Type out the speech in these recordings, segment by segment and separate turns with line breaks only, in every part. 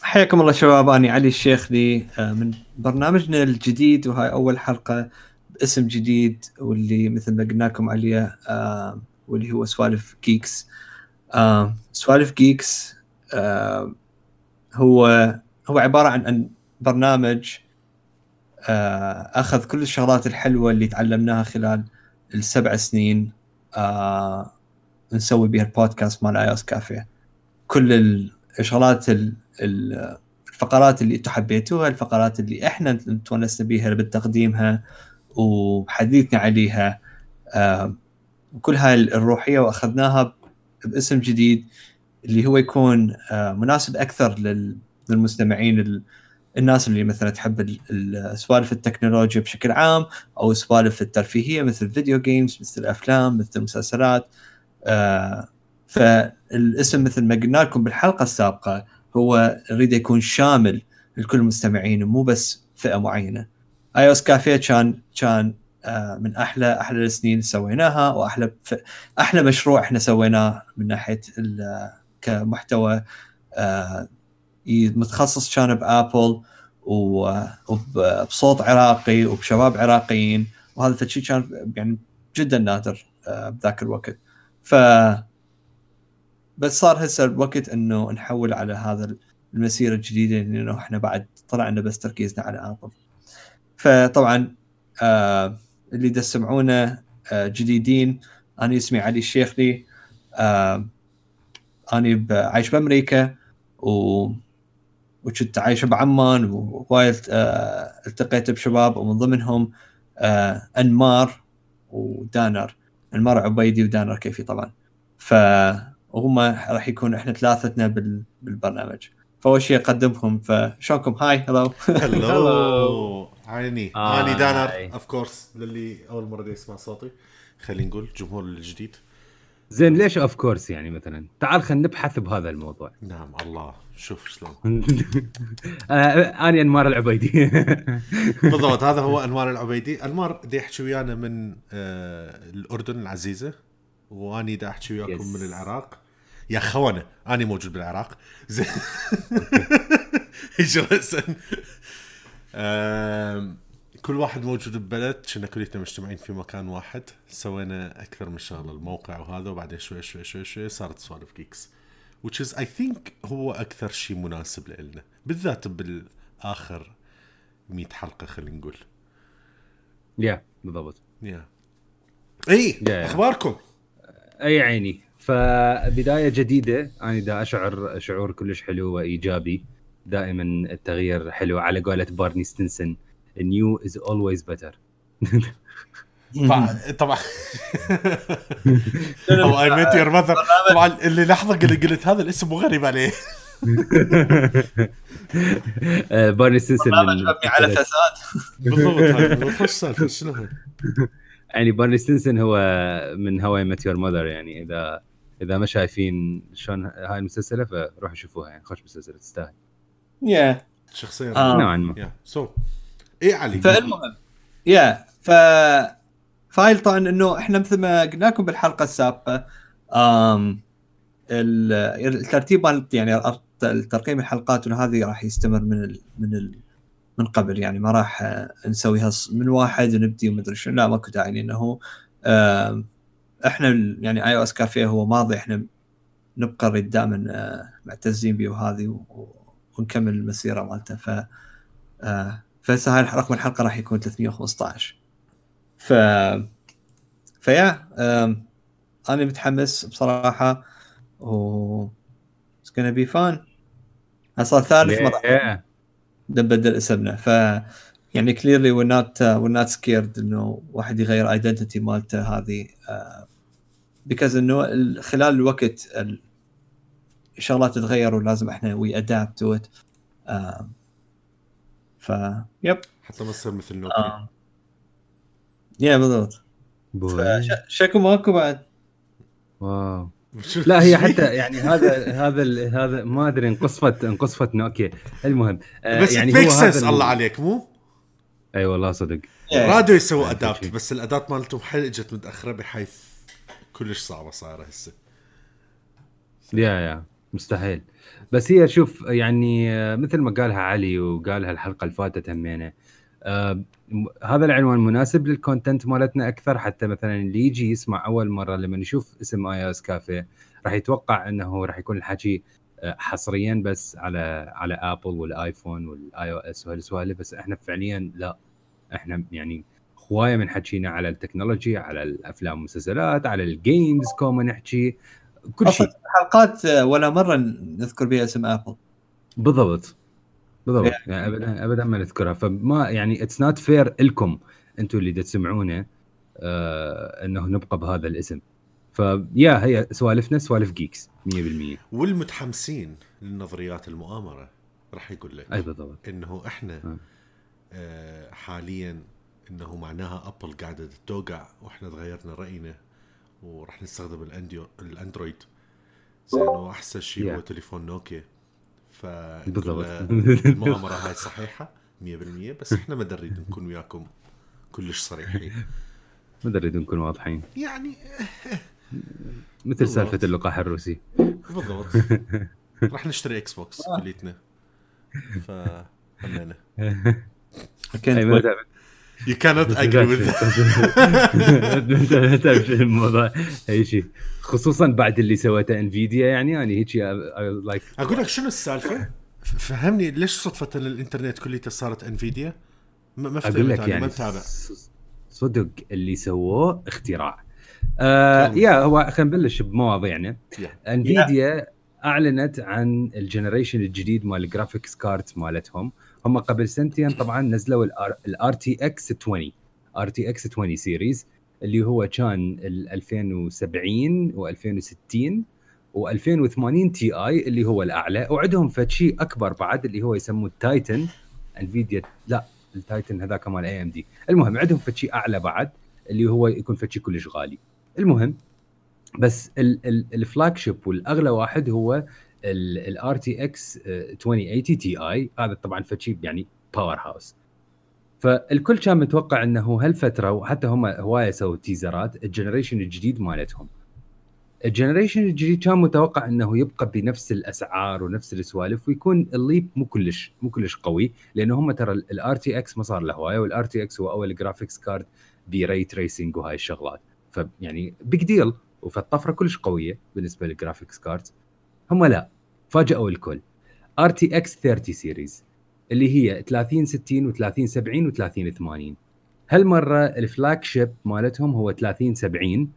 حياكم الله شباب، أنا علي الشيخلي من برنامجنا الجديد، وهاي أول حلقة باسم جديد واللي مثل ما قلنا لكم عليه واللي هو سوالف جيكس. سوالف جيكس هو عبارة عن برنامج أخذ كل الشغلات الحلوة اللي تعلمناها خلال ال7 سنين نسوي بها البودكاست مال iOS كافيه. كل الشغلات الفقرات اللي انتم حبيتوها، الفقرات اللي احنا تونسنا بيها بتقديمها وحديثنا عليها، وكل هاي الروحية واخذناها باسم جديد اللي هو يكون مناسب اكثر للمستمعين، الناس اللي مثلا تحب سوالف التكنولوجيا بشكل عام، او سوالف الترفيهية مثل الفيديو جيمز، مثل الافلام، مثل المسلسلات. فالاسم مثل ما قلنا لكم بالحلقة السابقة هو نريد يكون شامل لكل المستمعين، مو بس فئة معينة. iOS كافيه كان من احلى السنين سويناها، واحلى احلى مشروع احنا سويناه من ناحية كمحتوى متخصص كان بآبل وبصوت عراقي وبشباب عراقيين، وهذا الشيء كان يعني جدا نادر بذاك الوقت. بس صار هسه الوقت انه نحول على هذا المسيره الجديده، لانه احنا بعد طلعنا بس تركيزنا على ابل. فطبعا اللي تسمعونه جديدين، انا اسمي علي الشيخلي، انا عايش بامريكا وكنت عايش بعمان، ووايد التقيت بشباب، ومن ضمنهم انمار ودانر. انمار عبيدي ودانر كيفي طبعا. وهم راح يكون احنا ثلاثتنا بالبرنامج. فاول شيء اقدمكم، فشلونكم؟ هاي هلو.
هلو عيني اني دانر
هاي.
اوف كورس للي اول مره يسمع صوتي. خلينا نقول جمهور الجديد.
زين ليش اوف كورس؟ يعني مثلا تعال خلينا نبحث بهذا الموضوع.
نعم الله شوف شلون.
اني انمار العبيدي.
بالضبط هذا هو انمار العبيدي. انمار دي يحكي ويانا من الاردن العزيزه، واني دا احكي وياكم من العراق. يا خونه اني موجود بالعراق. زين هجرة كل واحد موجود ببلد، كنا كلنا مجتمعين في مكان واحد. سوينا أكثر من شغلة الموقع وهذا، وبعدين شوي صارت سوالف جيكس which is I think هو أكثر شيء مناسب لنا، بالذات بالآخر 100 حلقة خلينا نقول.
يا بالضبط.
اي أخباركم؟
اي عيني. فبداية جديدة، أنا دا أشعر شعور كلش حلو وإيجابي. دائما التغيير حلو، على قولة بارني ستينسون new is always better.
طبعا هو I met your mother. طبعا اللي لحظة قلت هذا الاسم مو غريب عليه.
بارني ستينسون
مبني على فساد.
بالضبط. خش سالفة شنو
يعني بارني ستينسون هو من هواي مات يور ماذر. يعني اذا ما شايفين شلون هاي المسلسله فروحوا شوفوها، يعني خوش مسلسله تستاهل.
شخصيا
نوعا ما.
ايه علي.
فالمهم فايل طبعا انه احنا مثل ما قلنا لكم بالحلقه السابقه، الترتيب يعني الترقيم الحلقات وهذه راح يستمر من قبل. يعني ما راح نسويها من واحد ونبدي ومدري شنو، لا ماكو داعي، انه احنا يعني iOS كافيه هو ماضي، احنا نبقى دائما معتزين به وهذه، ونكمل المسيره مالته. فهسه هاي رقم الحلقه راح يكون 315. فيا انا متحمس بصراحه، و it's gonna be fun. صار ثالث مره نبدل اسمنا، يعني clearly we're not scared انه واحد يغير identity مالته هذه، because انه خلال الوقت الشغلات تتغير، ولازم احنا we adapt to it. يب
حتى ما تصير مثل نوكيا.
يا بالضبط. شكو ماكو بعد.
واو. لا هي حتى يعني هذا ما ادري انقصفت نوكيا. المهم
بس
يعني
هو هذا الله عليك مو.
اي والله صدق.
رادوا يسووا ادابت، بس الادابت مالتهم حيل اجت متاخره، بحيث كلش صعبه صايره هسه.
يا مستحيل. بس هي شوف يعني مثل ما قالها علي وقالها الحلقه اللي فاتت همينه، هذا العنوان مناسب للكونتنت مالتنا اكثر. حتى مثلا اللي يجي يسمع اول مره لما يشوف اسم iOS كافيه راح يتوقع انه راح يكون الحكي حصريا بس على ابل والايفون والاي او اس وهالسوالف، بس احنا فعليا لا، احنا يعني هوايه من حكينا على التكنولوجي، على الافلام والمسلسلات، على الجيمز كوما نحكي كل شيء.
حلقات ولا مره نذكر بها اسم ابل.
بالضبط يعني ابدا ما نذكرها. فما يعني اتس نوت فير لكم انتم اللي تسمعونه انه نبقى بهذا الاسم. فيا هي سوالفنا سوالف جيكس 100%.
والمتحمسين للنظريات المؤامره راح يقول لك
اي بالضبط
انه احنا حاليا انه معناها ابل قاعده توقع واحنا تغيرنا راينا وراح نستخدم الاندرويد زين، واحسن شيء هو تليفون نوكيا.
بالضبط
المؤامره هاي صحيحه 100%، بس احنا ما نريد نكون وياكم كلش صريحين،
ما نريد نكون واضحين
يعني
مثل سالفه اللقاح الروسي.
بالضبط. راح نشتري اكس بوكس كليتنا. فهمنا You cannot agree with
that. تعرف الموضوع اي شيء، خصوصا بعد اللي سوته انفيديا. يعني انا هيك لايك
اقول لك شنو السالفه. فهمني ليش صدفه ان الانترنت كليته صارت انفيديا؟ ما فهمت يعني، ما متابع.
صدق اللي سووه اختراع. يا هو خلينا نبلش بمواضيعنا. انفيديا اعلنت عن الجنريشن الجديد مال الجرافيكس كارت مالتهم. هم قبل سنتين طبعا نزلوا الار تي اكس 20 سيريز اللي هو كان ال 2070 و2060 و2080 تي اي اللي هو الاعلى، وعندهم فشي اكبر بعد اللي هو يسموه التايتن. انفيديا لا، التايتن هذاك مال اي ام دي. المهم عندهم فشي اعلى بعد اللي هو يكون فشي كلش غالي. المهم بس الفلاج شيب والاغلى واحد هو الار تي اكس 2080 تي اي. هذا طبعا فشي يعني باور هاوس. فالكل كان متوقع انه هالفتره، وحتى هم هوايه سووا تيزرات الجنريشن الجديد مالتهم. الجنريشن الجديد كان متوقع انه يبقى بنفس الاسعار ونفس السوالف، ويكون الليب مو كلش قوي، لانه هم ترى الار تي اكس ما صار له هوايه، والار تي اكس هو اول جرافيكس كارد بري تريسنج وهاي الشغلات. فيعني بيج ديل، وفالطفره كلش قويه بالنسبه للجرافيكس كاردز. هم لا، فاجئوا الكل. ار تي اكس 30 سيريز اللي هي 3060 و3070 و3080. هالمره الفلاج شيب مالتهم هو 3070.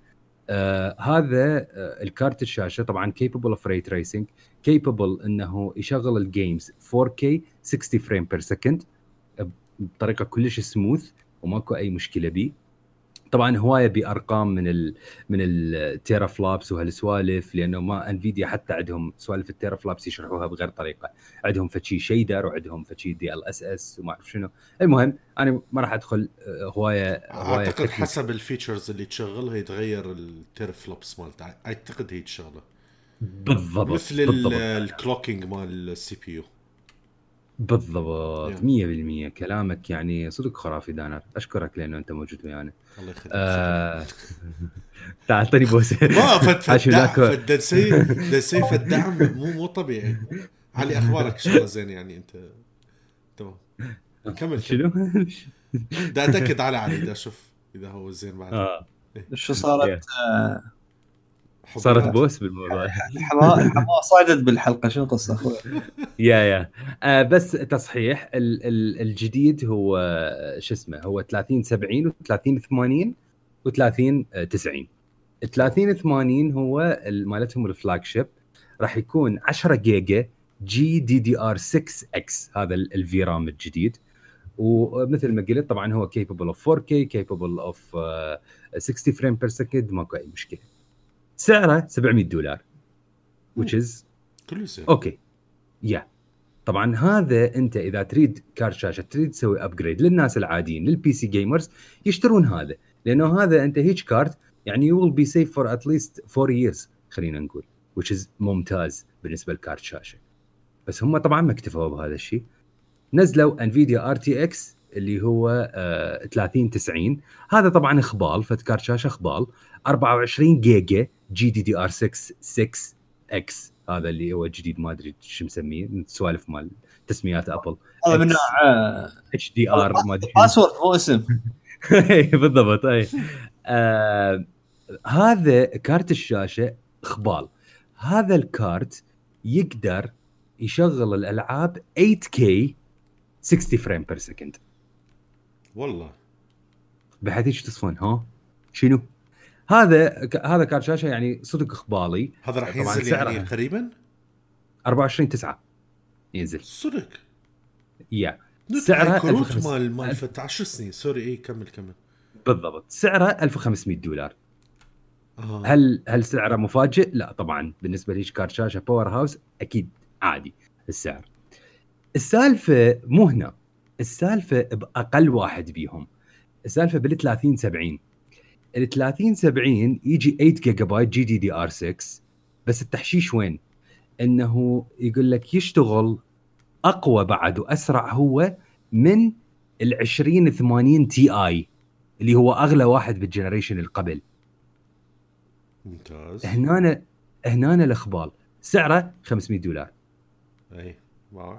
هذا الكارت الشاشه طبعا capable of ray tracing، capable انه يشغل الجيمز 4K 60 فريم بير سكند بطريقه كلش سموث وماكو اي مشكله بيه. طبعا هوايه بارقام من التيرا فلابس وهالسوالف، لانه ما انفيديا حتى عندهم سوالف التيرا فلابس يشرحوها بغير طريقه. عندهم فشي شيدر وعندهم فشي دي ال اس اس وما اعرف شنو. المهم انا ما راح ادخل هوايه
اعتقد حسب الفيتشرز اللي تشغلها يتغير التيرا فلابس مالته. اعتقد هي تشغله
بالضبط
مثل الكلوكينج مال السي بي يو.
بالضبط 100%. كلامك يعني صدق خرافي دانر. اشكرك لانه انت موجود ويانا.
الله يخليك.
تعطيني بوسه.
ما فدسي الدعم مو طبيعي. علي اخبارك ان شاء الله زين يعني انت تمام؟ كمل
شنو
دا اتاكد علي دا اشوف اذا هو زين بعد.
شو صارت
صارت بوس بالموضوع.
حما صعدت بالحلقه. شنو القصه اخوي؟
يا بس تصحيح الجديد هو شو اسمه، هو 3070 و3080 و3090. ال 3080 هو مالتهم الفلاج شيب، راح يكون 10 جيجا جي دي دي ار 6 اكس. هذا الفي رام الجديد، ومثل ما قلت طبعا هو capable of 4K capable of 60 فريم بير سكند، ماكو اي مشكله. سعره $700 which is
كله سهل.
اوكي يا طبعا هذا انت اذا تريد كارت شاشه تريد تسوي ابجريد للناس العاديين للبي سي جيمرز يشترون هذا، لانه هذا انت هيك كارت يعني you will be safe for at least 4 years خلينا نقول، which is ممتاز بالنسبه لكارت شاشه. بس هم طبعا ما اكتفوا بهذا الشيء، نزلوا انفيديا ار تي اكس اللي هو 3090. هذا طبعا خبال، فكارت شاشه خبال 24 جيجا جي دي دي ار 6 اكس. هذا اللي هو جديد ما ادري شو مسميه سوالف مال تسميات ابل
هذا من
اتش دي ار ما ادري
باسورد مو اسم.
بالضبط اي. هذا كارت الشاشه خبال. هذا الكارت يقدر يشغل الالعاب 8K 60 فريم بير سكند.
والله
بحيث ايش تصفون ها شنو هذا كارت شاشه يعني صدق خبالي.
هذا راح ينزل يعني قريبا
24/9 ينزل
صدق.
يا
سعره كروت مال 10 سنين سوري. اي كمل
بالضبط. سعره $1500. هل سعره مفاجئ؟ لا طبعا بالنسبه ليش كارت شاشه باور هاوس اكيد عادي السعر. السالفه مو هنا، السالفه باقل واحد بيهم. السالفه بال 3070. ال 3070 يجي 8 جيجا بايت جي دي دي ار 6 بس التحشيش وين؟ انه يقول لك يشتغل اقوى بعد واسرع هو من ال 2080 تي اي اللي هو اغلى واحد بالجنريشن اللي قبل.
ممتاز.
هنا الاخبار سعره $500.
اي واو.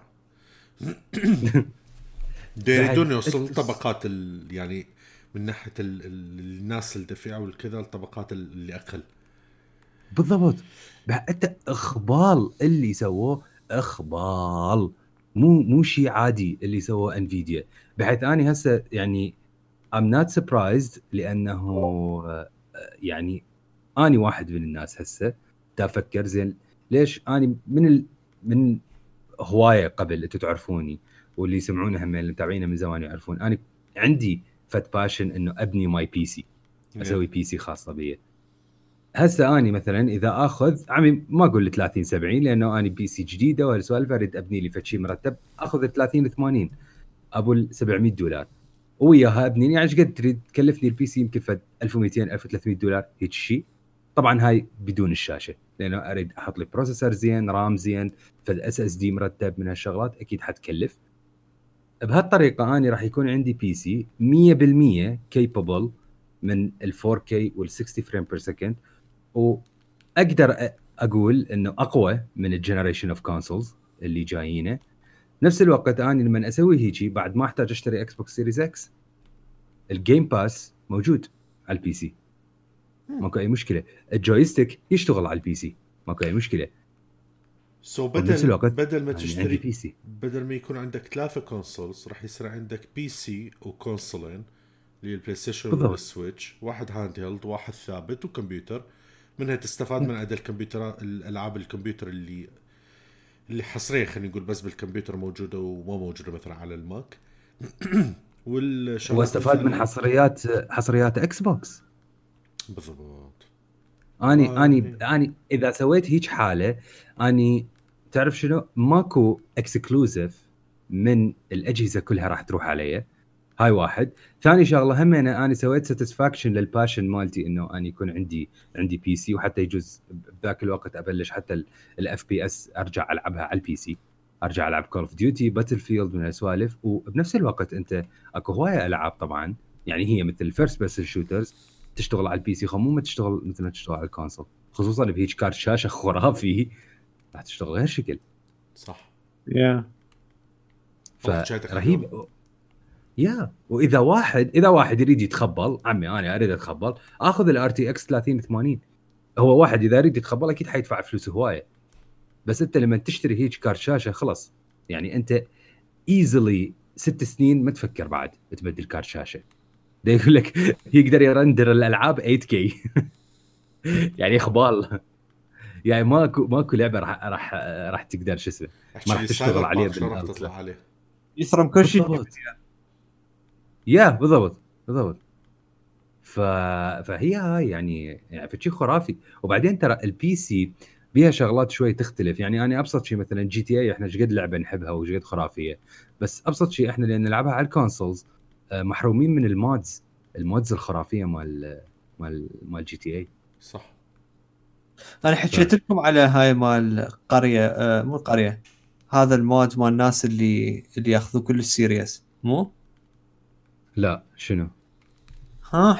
يريدون يوصلوا طبقات يعني من ناحيه الناس اللي دفعوا والكذا الطبقات اللي اقل.
بالضبط. انت اخبال اللي سووه اخبال مو شيء عادي اللي سووه انفيديا. بحيث اني هسه يعني I'm not surprised لانه يعني اني واحد من الناس هسه تفكر زين ليش اني من هوايه قبل انتم تعرفوني واللي يسمعونه هم اللي متابعينه من زمان يعرفون اني عندي فت باشن انه ابني ماي بي سي اسوي بي سي خاصه بي. هسه اني مثلا اذا اخذ عمي ما اقول 3070 لانه اني بي سي جديده وهالسوالف اريد ابني لي فشي مرتب اخذ 3080 ابو $700 وياها ابني يعني ايش قد تريد تكلفني البي سي يمكن فد $1200 $1300 هيك شيء. طبعا هاي بدون الشاشه لانه اريد احط لي بروسيسور زين رام زين فد اس اس دي مرتب من هالشغلات اكيد حتكلف. بهالطريقه اني راح يكون عندي بي سي 100% كيبل من ال 4K وال 60 فريم بير سكند واقدر اقول انه اقوى من الجنريشن اوف كونسولز اللي جايينه. نفس الوقت اني لما اسوي هيجي بعد ما احتاج اشتري اكس بوكس سيريز اكس الجيم باس موجود على البي سي ماكو اي مشكله. الجويستيك يشتغل على البي سي ماكو اي مشكله.
بدل ما تشتري بي سي بدل ما يكون عندك 3 كونسولز راح يصير عندك بي سي وكونسولين اللي البلاي ستيشن والسويتش واحد هاند هيلد واحد ثابت وكمبيوتر منها تستفاد من عدد الكمبيوتر الالعاب الكمبيوتر اللي حصريه خلينا نقول بس بالكمبيوتر موجوده وما موجوده مثلا على الماك.
واستفاد من حصريات اكس بوكس.
بالضبط.
اني اذا سويت هيك حاله اني تعرف شنو ماكو اكسكلوزيف من الاجهزه كلها راح تروح علي. هاي واحد. ثاني شغله هم انا سويت ساتسفاكشن للباشن مالتي انه اني يكون عندي بي سي وحتى يجوز بذاك الوقت ابلش حتى الاف بي اس ارجع العبها على البي سي ارجع العب كول اوف ديوتي باتل فيلد من هالسوالف. وبنفس الوقت انت اكو هوايه العاب طبعا يعني هي مثل الفيرست بيرسون شوترز تشتغل على البي سي مو ما تشتغل مثل ما تشتغل على الكونسول خصوصا بهيج كارت شاشه خرافي راح تشتغل غير شكل.
صح
يا
فرهيب. يا واذا واحد يريد يتخبل عمي انا اريد اتخبل اخذ الار تي اكس 3080. هو واحد اذا يريد يتخبل اكيد حيدفع فلوس هوايه بس انت لما تشتري هيك كارت شاشه خلاص يعني انت ايزلي 6 سنين ما تفكر بعد تبدل كارت شاشه. ده يقول لك يقدر يرندر الالعاب 8K يعني خبال يعني ماكو لعبه راح تقدر شو اسمه ما راح تشتغل عليه
تطلع عليه
يثرم كل شيء.
يا بالضبط. فهي هاي يعني فشي خرافي. وبعدين ترى البي سي بيها شغلات شوي تختلف يعني انا ابسط شيء مثلا جي تي اي احنا قد لعبه نحبها وقد خرافيه بس ابسط شيء احنا لان نلعبها على الكونسولز محرومين من المودز الخرافيه مال جي تي اي.
صح.
انا حكيت لكم على هاي مال قريه مو قريه هذا المود مال الناس اللي ياخذوا كل السيريس مو
لا شنو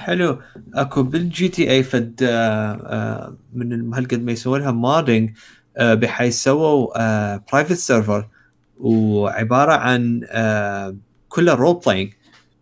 حلو. اكو بالجي تي اي فد من هالقد ما يسوي لها مودينج بحيث سووا برايفت سيرفر وعباره عن كله رول بلاينج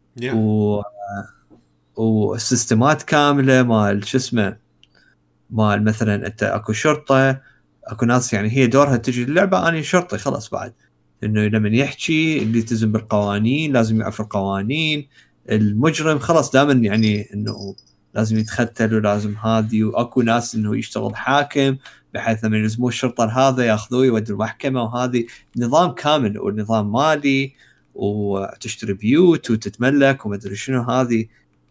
وسيستمات كامله مال شو اسمه، مال مثلا انت اكو شرطه، اكو ناس يعني هي دورها تجي اللعبه انا شرطي خلاص، بعد انه لما يحكي اللي يلتزم بالقوانين لازم يعرف القوانين، المجرم خلاص دائما يعني انه لازم يتختل ولازم هذه، واكو ناس انه يشتغل حاكم بحيث لما يلزموه الشرطه هذا ياخذوه يودوا المحكمه، وهذه نظام كامل ونظام مالي وتشتري بيوت وتتملك وما ادري شنو هذه.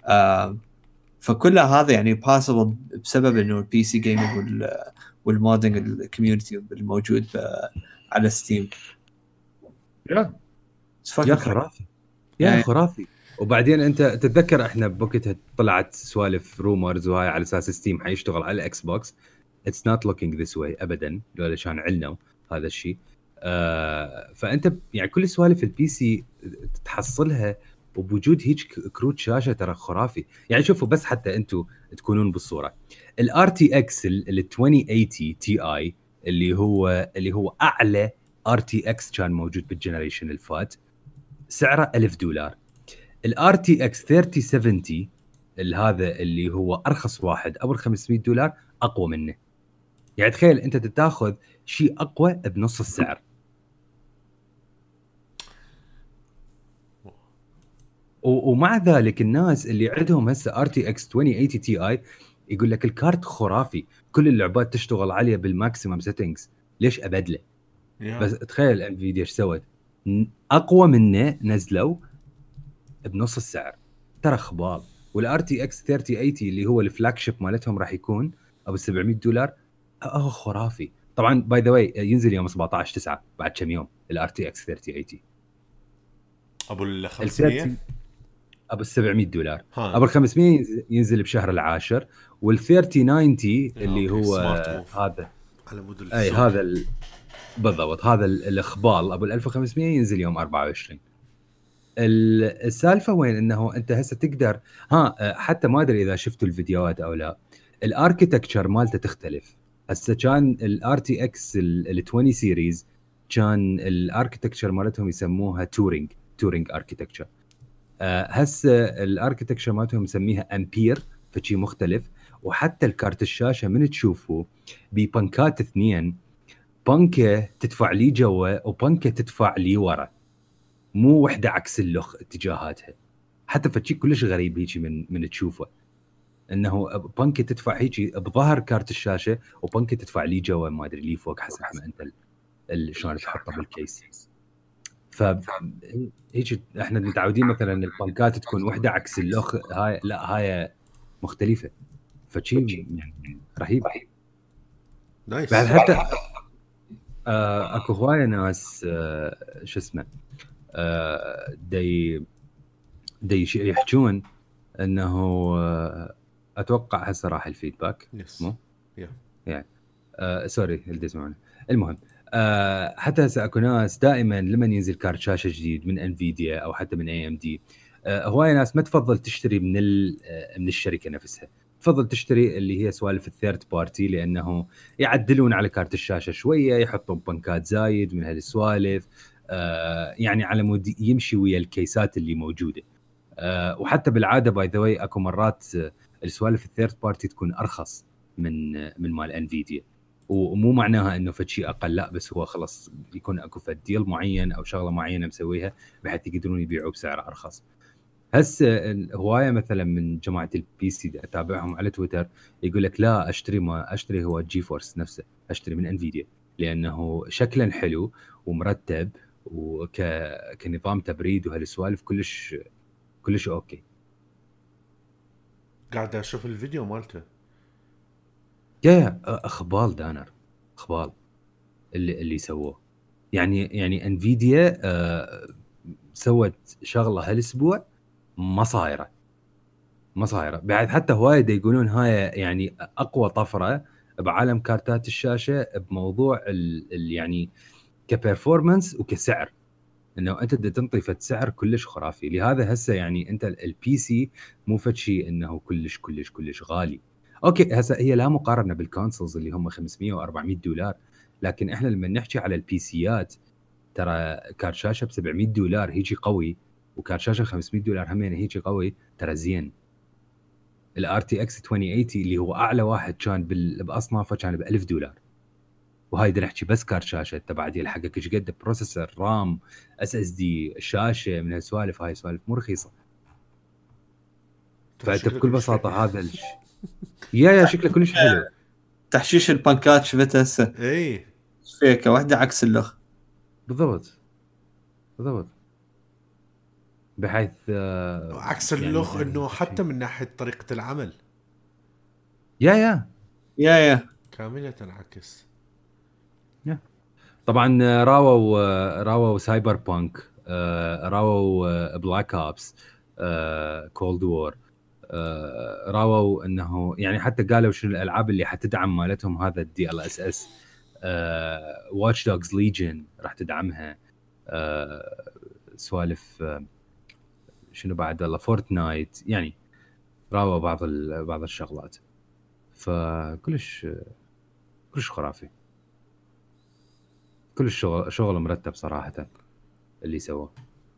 فكل هذا يعني باسبل بسبب انه البي سي جيمنج والمودنج الكوميونتي الموجود على ستيم.
يا خرافي يا خرافي. وبعدين انت تتذكر احنا بوقتها طلعت سوالف رومرز وهاي على اساس ستيم حيشتغل على الاكس بوكس. اتس نوت لوكينج ذس واي ابدا، لولا كان علنا هذا الشيء. فانت يعني كل سوالف البي سي تحصلها وبوجود هيك كروت شاشه ترى خرافي. يعني شوفوا بس حتى انتم تكونون بالصوره، الار تي اكس ال 2080 تي اي اللي هو اعلى ار تي اكس كان موجود بالجنريشن الفات، سعره $1000. الار تي اكس 3070 هذا اللي هو ارخص واحد ابو $500 اقوى منه. يعني تخيل انت تاخذ شيء اقوى بنص السعر. ومع ذلك الناس اللي عندهم هسه ار تي اكس 2080 تي اي يقول لك الكارت خرافي، كل اللعبات تشتغل عليه بالماكسيمم سيتنجز، ليش ابدله؟ بس تخيل انفيديا ايش سوت، اقوى منه نزلوا بنص السعر، ترى خبال. والار تي اكس 3080 اللي هو الفلاج شيب مالتهم راح يكون ابو $700 خرافي. طبعا باي ذا واي ينزل يوم 17/9 بعد كم يوم الار تي اكس 3080
ابو ال 500
ابو $700. ابو ال 500 ينزل بشهر العاشر، وال 3090 اللي هو هذا
على مود
اي هذا بالضبط هذا الاخبال ابو ال 1500 ينزل يوم 24. السالفه وين انه انت هسه تقدر حتى ما ادري اذا شفتوا الفيديوهات او لا، الاركيتكتشر مالته تختلف. هسه كان الار تي اكس ال 20 سيريز كان الاركيتكتشر مالتهم يسموها تورينج اركيتكتشر. هسه الاركيتكتشر مالتهم يسميها امبير، فشي مختلف. وحتى الكارت الشاشه من تشوفه ببنكات اثنين، بنكه تدفع لي جوا وبنكه تدفع لي ورا، مو وحده عكس اللخ اتجاهاتها. حتى فشي كلش غريب هيجي من تشوفه، انه بنكه تدفع هيجي بظهر كارت الشاشه وبنكه تدفع لي جوا ما ادري لي فوق حسب ما انت شلون تحطه بالكيس. هيك احنا متعودين مثلا البنكات تكون وحده عكس الاخ، هاي لا هاي مختلفه، فشي يعني رهيب.
نايس.
بعد حتى اكو هوايه ناس شو اسمه دي يحجون انه اتوقع هسه راح الفيدباك مو يعني سوري اللي تسمعونه. المهم حتى هسه اكو ناس دائما لما ينزل كارت شاشه جديد من انفيديا او حتى من اي ام دي، هوايه ناس ما تفضل تشتري من الشركه نفسها، تفضل تشتري اللي هي سوالف الثيرد بارتي، لانه يعدلون على كارت الشاشه شويه، يحطون بنكات زايد من هالسوالف، يعني على مود يمشي ويا الكيسات اللي موجوده. وحتى بالعاده باي ذا واي اكو مرات السوالف الثيرد بارتي تكون ارخص من مال انفيديا، ومو معناها انه فشي اقل، لا بس هو خلص يكون اكو ديل معين او شغله معينه مسويها بحيث يقدرون يبيعوا بسعر ارخص. هسه الهوايه مثلا من جماعه البي سي اتابعهم على تويتر يقول لك لا اشتري هو جي فورس نفسه، اشتري من انفيديا لانه شكلا حلو ومرتب كنظام تبريد وهالسوالف كلش اوكي.
قاعد اشوف الفيديو مالته
يا اخبال دانر، اخبال اللي سووه. يعني انفيديا سوت شغله هالاسبوع ما صايره. بعد حتى هوايه يقولون هاي يعني اقوى طفره بعالم كارتات الشاشه بموضوع يعني كبرفورمانس وكسعر، انه انت بدك تنطي فد سعر كلش خرافي. لهذا هسه يعني انت البي سي مو فد شيء انه كلش غالي. اوكي هسه هي لا مقارنه بالكونسولز اللي هم $500 و$400، لكن احنا لما نحكي على البي سيات ترى كارت شاشه ب $700 هيجي قوي، وكارت شاشه $500 همين هيجي قوي، ترى زين. الار تي اكس 2080 اللي هو اعلى واحد كان باصنافه كان ب $1000، وهاي بدنا نحكي بس كارت شاشه. انت بعد يلحقك ايش قد بروسيسور، رام، اس اس دي، شاشه، من هالسوالف. هاي سوالف مو رخيصه. فانت بكل بساطه هذا يا شكله كلش حلو.
تحشيش البانكات شفتها هسه
اي
فيكه واحده عكس اللخ.
بالضبط بحيث
عكس
يعني
اللغ
مثلاً
انه حتى من ناحيه طريقه العمل
يا
كامله عكس.
طبعا راووا سايبر بانك، راووا بلاك اوبس، كولد وور، راووا انه يعني حتى قالوا شنو الالعاب اللي حتدعم مالتهم هذا الدي ال اس اس. واتش دوجز ليجن راح تدعمها، سوالف شنو بعد والله فورتنايت. يعني راووا بعض الشغلات. فكلش خرافي، كل شغل مرتب صراحة اللي سواه.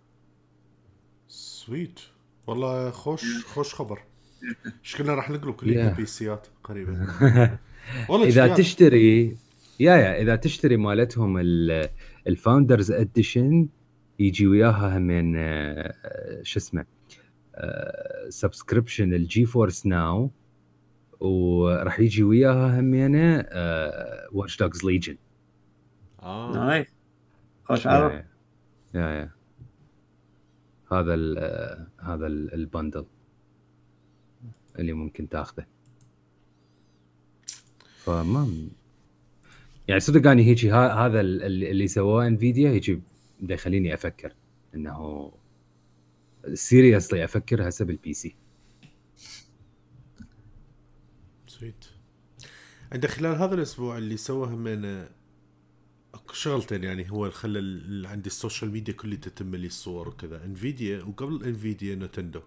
سويت والله، خوش خبر. شكلنا راح نقلب كلنا بي سيات قريبا. والله
اذا
جديات.
تشتري اذا تشتري مالتهم الفاوندرز اديشن يجي وياها همين شو اسمه سبسكريبشن الجي فورس ناو، وراح يجي وياها همينه واتش دوجز ليجن.
نايس خوش عرض.
يا هذا البندل اللي ممكن تاخذه. فما يعني صدق اني هيجي هذا اللي سواه انفيديا هيجي بده يخليني افكر انه سيريسلي افكر هسه بالبي سي.
سويت. عند خلال هذا الاسبوع اللي سواه من شغلتين، يعني هو خلى عندي السوشيال ميديا كلها تتم لي الصور وكذا. انفيديا، وقبل انفيديا نينتندو.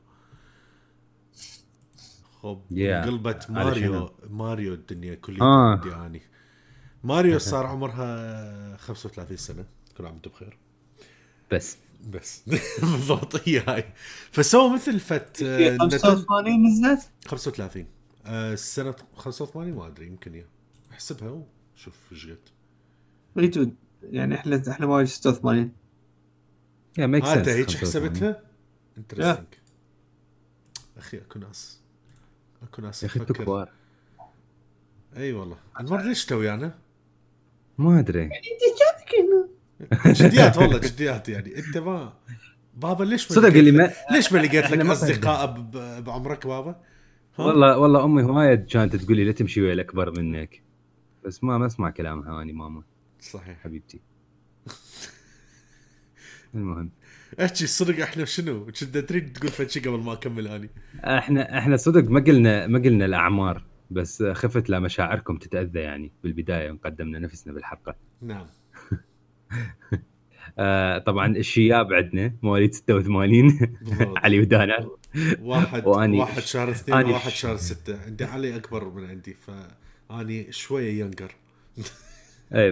خب قلبت ماريو الدنيا كلها يعني. ماريو صار عمرها 35 سنة، كل عام وانتم بخير.
بس
بالضبط هي هاي. فسووا مثل
85 نزلت
35 السنة 85 ما ادري، يمكن احسبها وشوف ايش قد
ريتود. يعني احنا ما 86
يا ميك سنس.
هيك حسبتها. انترستينج. اخي اكو ناس
يفكر.
اي والله انور ليش تو يعني
ما ادري
جديات والله جديات. يعني انت ما بابا ليش ما
صدق اللي
ليش ما لقيت لك اصدقاء بعمرك بابا؟
والله امي وايد كانت تقول لي لا تمشي ويا الاكبر منك، بس ما اسمع كلامها اني ماما.
صحيح
حبيبتي. المهم
احكي الصدق، احنا شنو كنت تريد تقول فشي قبل ما اكمل اني؟
احنا صدق ما قلنا الاعمار، بس خفت لا مشاعركم تتاذى يعني بالبدايه وقدمنا نفسنا بالحلقه.
نعم.
طبعا الشياب عندنا مواليد 86 علي ودانا.
واحد شهر 2 وواحد شهر 6. عندي علي اكبر من عندي، فاني شويه ينقر.
اي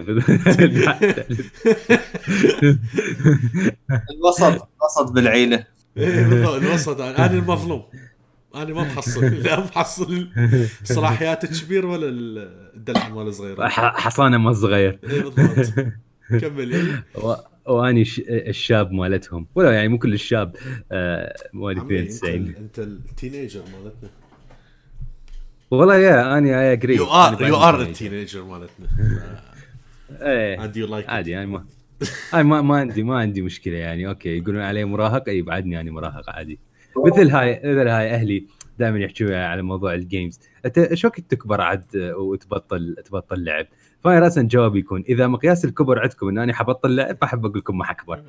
الوسط بالعيله.
ايه بالضبط الوسط. انا المظلوم، انا ما محصل لا محصل صلاحيات الكبير ولا الدلع مال الصغير.
حصانه مال الصغير.
ايه بالضبط. كمل.
واني الشاب مالتهم، ولا يعني مو كل الشاب. مواليد 92.
انت التينيجر مالتنا.
والله يا اني اجري.
يو ار التينيجر مالتنا.
ايه عادي يعني ما عندي مشكله يعني. اوكي يقولون علي مراهق، اي بعدني يعني مراهق عادي. مثل هاي اهلي دائما يحكوا على موضوع الجيمز. انت شو كنت تكبر عاد وتبطل لعب؟ فانا راسا جوابي يكون اذا مقياس الكبر عندكم ان انا حبطل لعب، فاحب اقول لكم ما حكبر.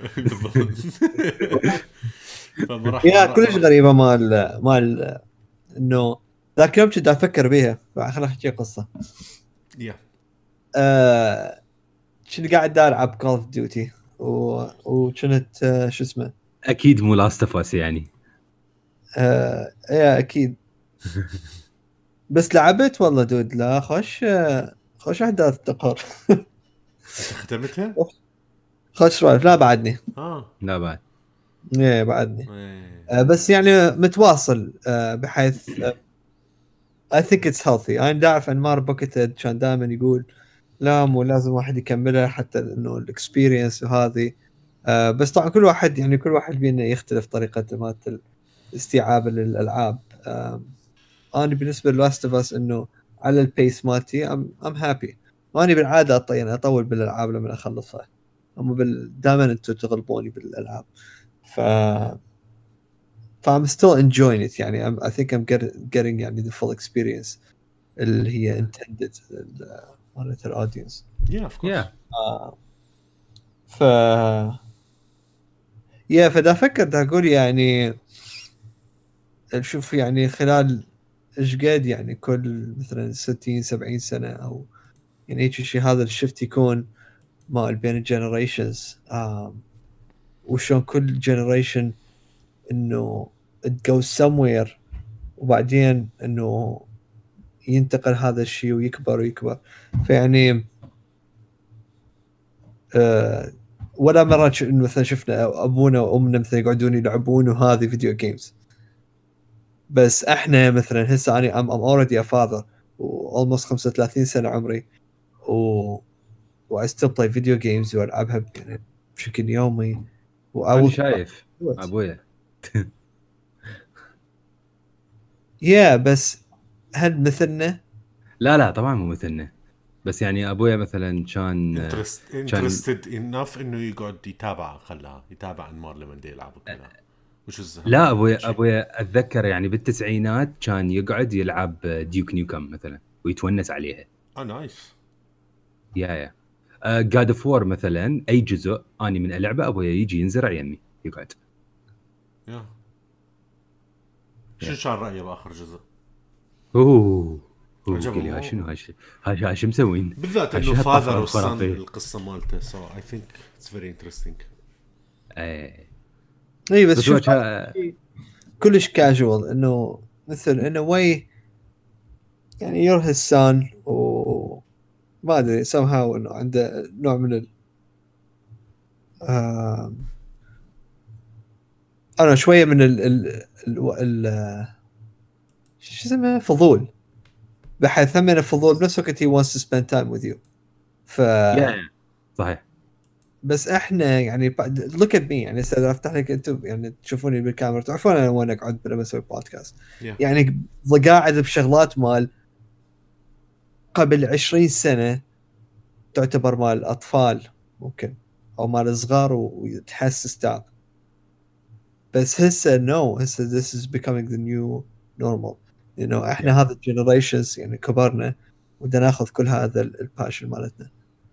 يا كلش غريبه مال انه ذاك يوم كنت افكر بيها. خليني احكي قصه. كنت قاعد العب كول اوف ديوتي وكنت شو اسمه
اكيد مو لاست اوف اس يعني.
ايه اكيد. بس لعبت والله دود. لا خوش احداث تقر.
ختمتها؟
خوش سوالف. لا بعدني.
لا بعد.
ايه بعدني. بس يعني متواصل بحيث I think it's healthy. انا داعف انمار بوكيتد كان دائما يقول لا مو لازم واحد يكملها حتى انه الاكسبيرينس وهذه بس طبعا كل واحد بينا يختلف طريقته مالت استيعاب للالعاب. انا بالنسبه للاست اوف اس انه على البيس مالتي ام هابي. واني بالعاده اطول بالالعاب لما اخلصها. دائما انتم تغلبوني بالالعاب. I'm still enjoying it يعني I think I'm getting يعني the full experience اللي هي intended مالت الاودينس.
Yeah of course.
فدا افكر دا اقول يعني نشوف يعني خلال ايش قد يعني كل مثلا 60-70 سنه او يعني هيك شيء هذا الشفت يكون مال بين الجنريشنز وشون كل جنريشن انه it goes somewhere وبعدين انه ينتقل هذا الشيء ويكبر فيعني ولا مرة مثلا شفنا أبونا وأمنا مثلا يقعدون يلعبون وهذه فيديو جيمز. بس إحنا مثلا هسه أنا I'm already a father و almost 35 سنة عمري و I still play video games وألعبها يعني بشكل يومي.
أنا شايف أبويا
بس هل مثلنا؟
لا طبعا مو مثلنا. بس يعني ابويا مثلا كان
interested enough انه يقعد يتابع انمار لما دي يلعب كلها.
لا ابويا اتذكر يعني بالتسعينات كان يقعد يلعب ديوك نيوكم مثلا ويتونس عليها.
نايس.
يا جاد اوف وور مثلا اي جزء اني من اللعبه ابويا يجي ينزرع يمي يقعد.
شو كان رايه باخر جزء؟
قال لي شنو هاي شو مسوين
بالذات انه فاذر والصن القصه مالته سو اي ثينك اتس فيري انترستينج.
اي بس شوف كلش كاجوال انه مثل انه وي يعني يروح السان وما ادري somehow انه عنده نوع من انا شويه من ال شو اسمه فضول بحيث هم من الفضول بنفس الوقت he wants to spend time with you.
صحيح.
بس احنا يعني look at me يعني هسه افتح لك انتم يعني تشوفوني بالكاميرا تعرفون انا وين اقعد لما اسوي بودكاست. يعني قاعد بشغلات مال قبل 20 سنه تعتبر مال اطفال ممكن او مال صغار وتحسس تعب. بس هسه هسه this is becoming the new normal. احنا هذا الجنريشنز يعني كبرنا ودنا ناخذ كل هذا الباشن مالتنا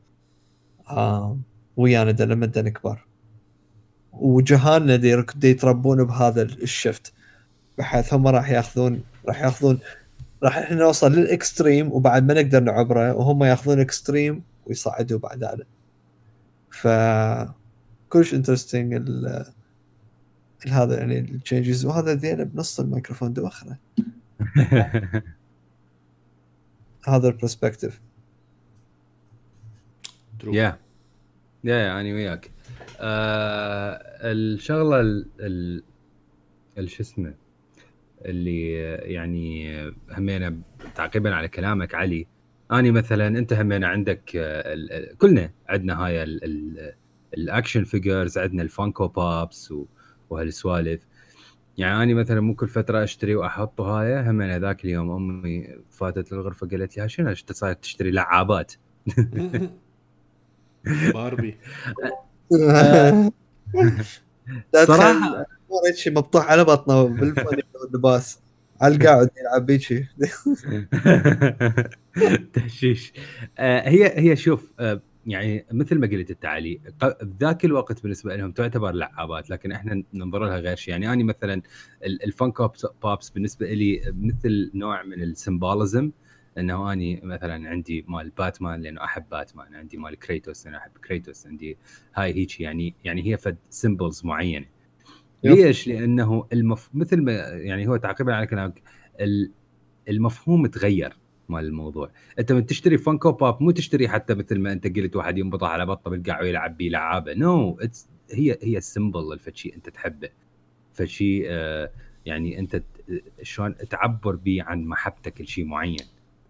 ويانا لما نكبر وجهالنا دي يتربون بهذا الشفت بحيث هم راح ياخذون راح احنا نوصل للاكستريم وبعد ما نقدر نعبره وهم ياخذون اكستريم ويصعدوا بعد هذا. ف كلش انترستينج هذا يعني التشينجز وهذا ذيله بنص الميكروفون دوخره. هذا البرسبكتيف.
يا يعني وياك الشغله شو اسمه اللي يعني همينا تعقيبا على كلامك علي. اني مثلا انت همينا عندك كلنا عندنا هاي الاكشن فيجرز عندنا الفانكو بابس وهالسوالف. يعني اني مثلا مو كل فتره اشتري واحط هاي همينا. ذاك اليوم امي فاتت الغرفه قالت لي شنو انت صاير تشتري لعابات
باربي
صراحه مريت شيء مبطوح على بطنه بالفن واللباس على القاعد يلعب بيشي
تهشيش. هي شوف يعني مثل ما قلت التعالي ذاك الوقت بالنسبه لهم تعتبر لعابات لكن احنا ننظر لها غير شيء. يعني اني مثلا الفانكو بابس بالنسبه لي مثل نوع من السيمبوليزم انه اني مثلا عندي مال باتمان لانه احب باتمان عندي مال كريتوس لانه احب كريتوس عندي هاي هيك يعني هي فد سيمبلز معينه. ليش؟ لانه مثل ما يعني هو تعقيبا على كلامك المفهوم تغير. مال الموضوع. انت من تشتري فانكو بوب مو تشتري حتى مثل ما انت قلت واحد ينبطح على بطه بالقاع ويلعب بيه لعابه. نو هي السيمبل الفشي انت تحبه، فشي يعني انت شلون تعبر بيه عن محبتك لشيء معين.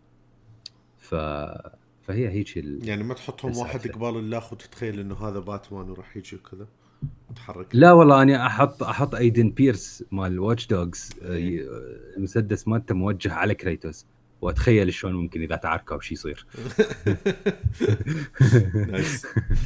فهي هيك
يعني ما تحطهم واحد قبال الاخ وتتخيل انه هذا باتمان وراح يجي وكذا تحرك.
لا والله انا احط ايدن بيرس مال واتش دوجز، المسدس مالته موجه على كريتوس، واتخيل شلون ممكن اذا تعاركوا بشي يصير.
نايس.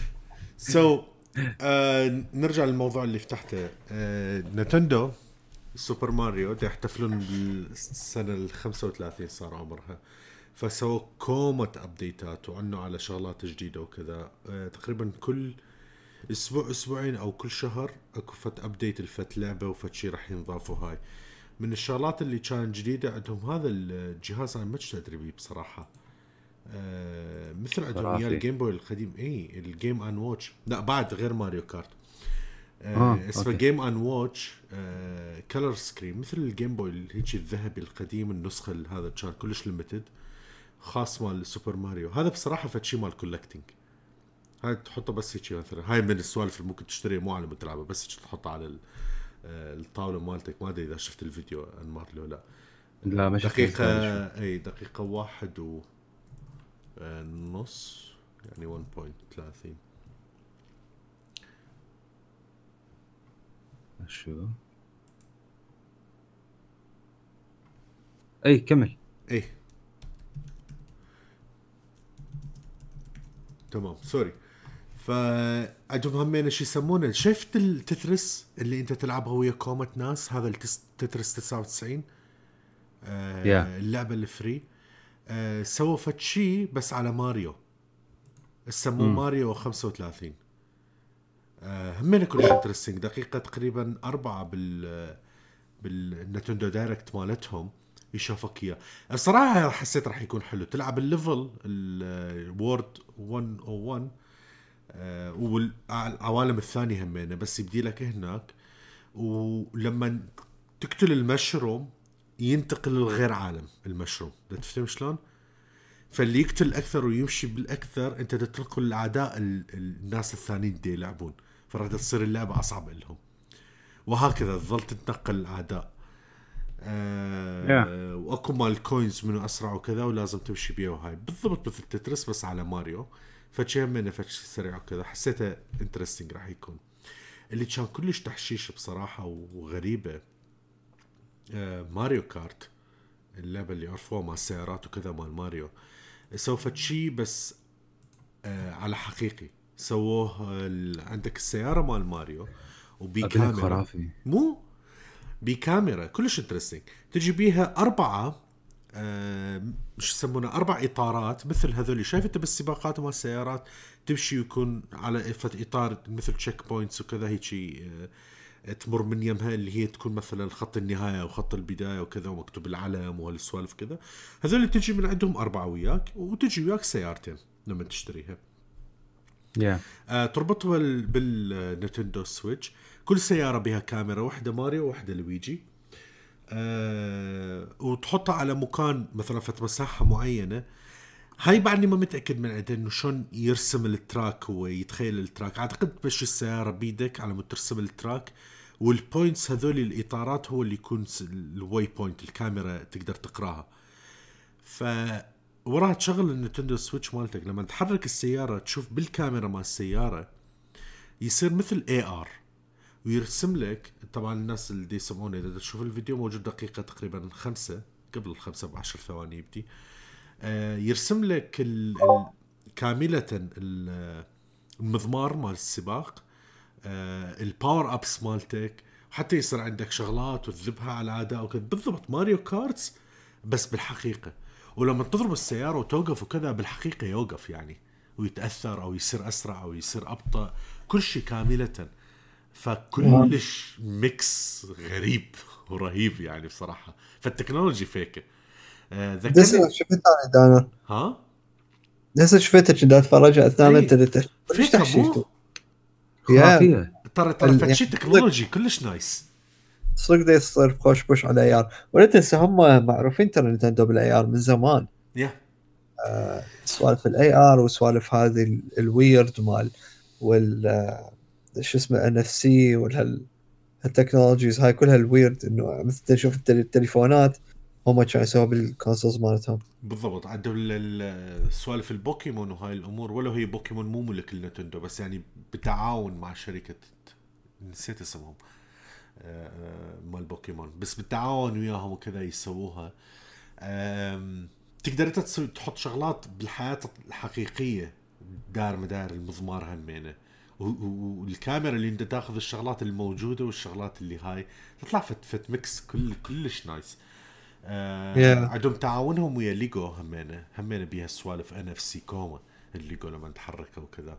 نرجع للموضوع اللي فتحته. نينتندو سوبر ماريو دا يحتفلون بالسنة 35 صار عمرها، فسووا كومة أبديتات وعنوا على شغلات جديدة وكذا. تقريبا كل أسبوع أسبوعين أو كل شهر أكو فت أبديت الفت لعبة وفت شي رح ينضافوا. هاي من الشغلات اللي كان جديدة عندهم. هذا الجهاز أنا ما تدري بيه بصراحة. مثل عندهم إياه الجيم بوي القديم، الجيم أند واتش، لا بعد غير ماريو كارت. اسمه جيم أند واتش كلر سكرين، مثل الجيم بوي هيك الذهبي القديم، النسخة هذا كان كلش ليميتد خاص مال سوبر ماريو. هذا بصراحة فتشي مال كولكتينج. هاي تحطه بس هيك مثلا، هاي من السوالف اللي ممكن تشتريها مو على متلعبة، بس تحطها على الطاولة مالتك. ما أدري إذا شفت الفيديو أنمار له لا
ما
دقيقة دقيقة 1 ونص يعني 1.30.
شو كمل.
تمام سوري. فعندهم همين شي يسمونه، شفت التترس اللي انت تلعبها ويا كومة ناس؟ هذا التترس 99 اللعبة الفري. سووا فتشي بس على ماريو، سموه ماريو 35. همين كل شيء انترستينج. دقيقة تقريبا 4 بالنتندو دايركت مالتهم يشوفك اياه. الصراحة حسيت راح يكون حلو. تلعب الليفل الوورد 101 والعوالم الثانية همينة، بس يبدي لك هناك، ولما تقتل المشروم ينتقل للغير عالم المشروم. ده تفهم شلون؟ فاللي يقتل أكثر ويمشي بالأكثر أنت تتنقل الأعداء الناس الثانيين دي يلعبون، فرح تصير اللعبة أصعب لهم، وهكذا تظل تتنقل الأعداء. واكو مال كوينز منو اسرع وكذا، ولازم تمشي بيه. وهاي بالضبط مثل تترس بس على ماريو. فشي همينه فتشي سريع وكذا. حسيته انترستينج راح يكون. اللي كان كلش تحشيش بصراحة وغريبة ماريو كارت، اللعبة اللي عرفوها مع السيارات وكذا مال ماريو. سوف تشي بس على حقيقي. سووه عندك السيارة مال ماريو وبكاميرا، مو بكاميرا كلش انترستينج. تجي بيها 4 مش يسمونه 4 إطارات مثل هذول شايف انت بالسباقات مال السيارات تمشي ويكون على إطار مثل تشيك بوينتس وكذا هيك تمر من يمها، اللي هي تكون مثلا خط النهاية وخط البداية وكذا ومكتوب العلم وهالسوالف كذا. هذول تجي من عندهم 4 وياك، وتجي وياك سيارتين لما تشتريها. تربطها بالنينتندو سويتش. كل سيارة بها كاميرا، واحدة ماريو وواحدة لويجي. وتحطها على مكان مثلا في مساحة معينة. هاي بعدني ما متأكد من عده انه شلون يرسم التراك، هو يتخيل التراك. اعتقد بش السيارة بيدك على مود ترسم التراك، والبوينتس هذول الإطارات هو اللي يكون الواي بوينت، الكاميرا تقدر تقراها. وراها تشغل النينتندو سويتش مالتك. لما تحرك السيارة تشوف بالكاميرا مال السيارة يصير مثل AR، ويرسم لك. طبعا الناس اللي دي يسمعون اذا تشوف الفيديو موجود دقيقة تقريبا 5 قبل 5 ب10 ثواني يبدي يرسم لك كاملة المضمار مال السباق، الباور ابس مالتك، وحتى يصير عندك شغلات وتذبها على الأعداء وكذا. بالضبط ماريو كارتس بس بالحقيقة. ولما تضرب السيارة وتوقف وكذا بالحقيقة يوقف يعني، ويتأثر أو يصير أسرع أو يصير أبطأ، كل شيء كاملة. فكلش ميكس غريب ورهيب يعني بصراحة. فالتكنولوجيا فيكه.
دسة شفتها دانا.
ها؟
دسة شفتها كده اتفرج اثناء انت
ليش تحشيته؟
خرافية.
ترى فتشي تكنولوجي كلش نايس.
صدق ده يصير خوش بوش على الايار. ولا تنسى هم معروفين ترى نينتندو بالايار من زمان.
يا
سوالف الاي ار وسوالف هذه الويرد مال وال شو اسمه ان اف سي والتكنولوجيز هاي كلها الويرد، انه مثل تشوف التليفونات هم كانوا يسووا بالكونسولز مالتهم.
بالضبط. عندهم سوالف البوكيمون وهاي الامور، ولو هي بوكيمون مو ملك النتندو، بس يعني بالتعاون مع شركه نسيت اسمهم مال بوكيمون، بس بالتعاون وياهم وكذا يسووها. تقدر انت تحط شغلات بالحياه الحقيقيه دار مدار المضمار همينه، والكاميرا اللي انت تاخذ الشغلات الموجوده والشغلات اللي هاي تطلع فت ميكس كلش نايس. عندهم تعاونهم ويا ليجو همينه بيها السوالف ان اف سي كوما الليجو لما تحركه وكذا.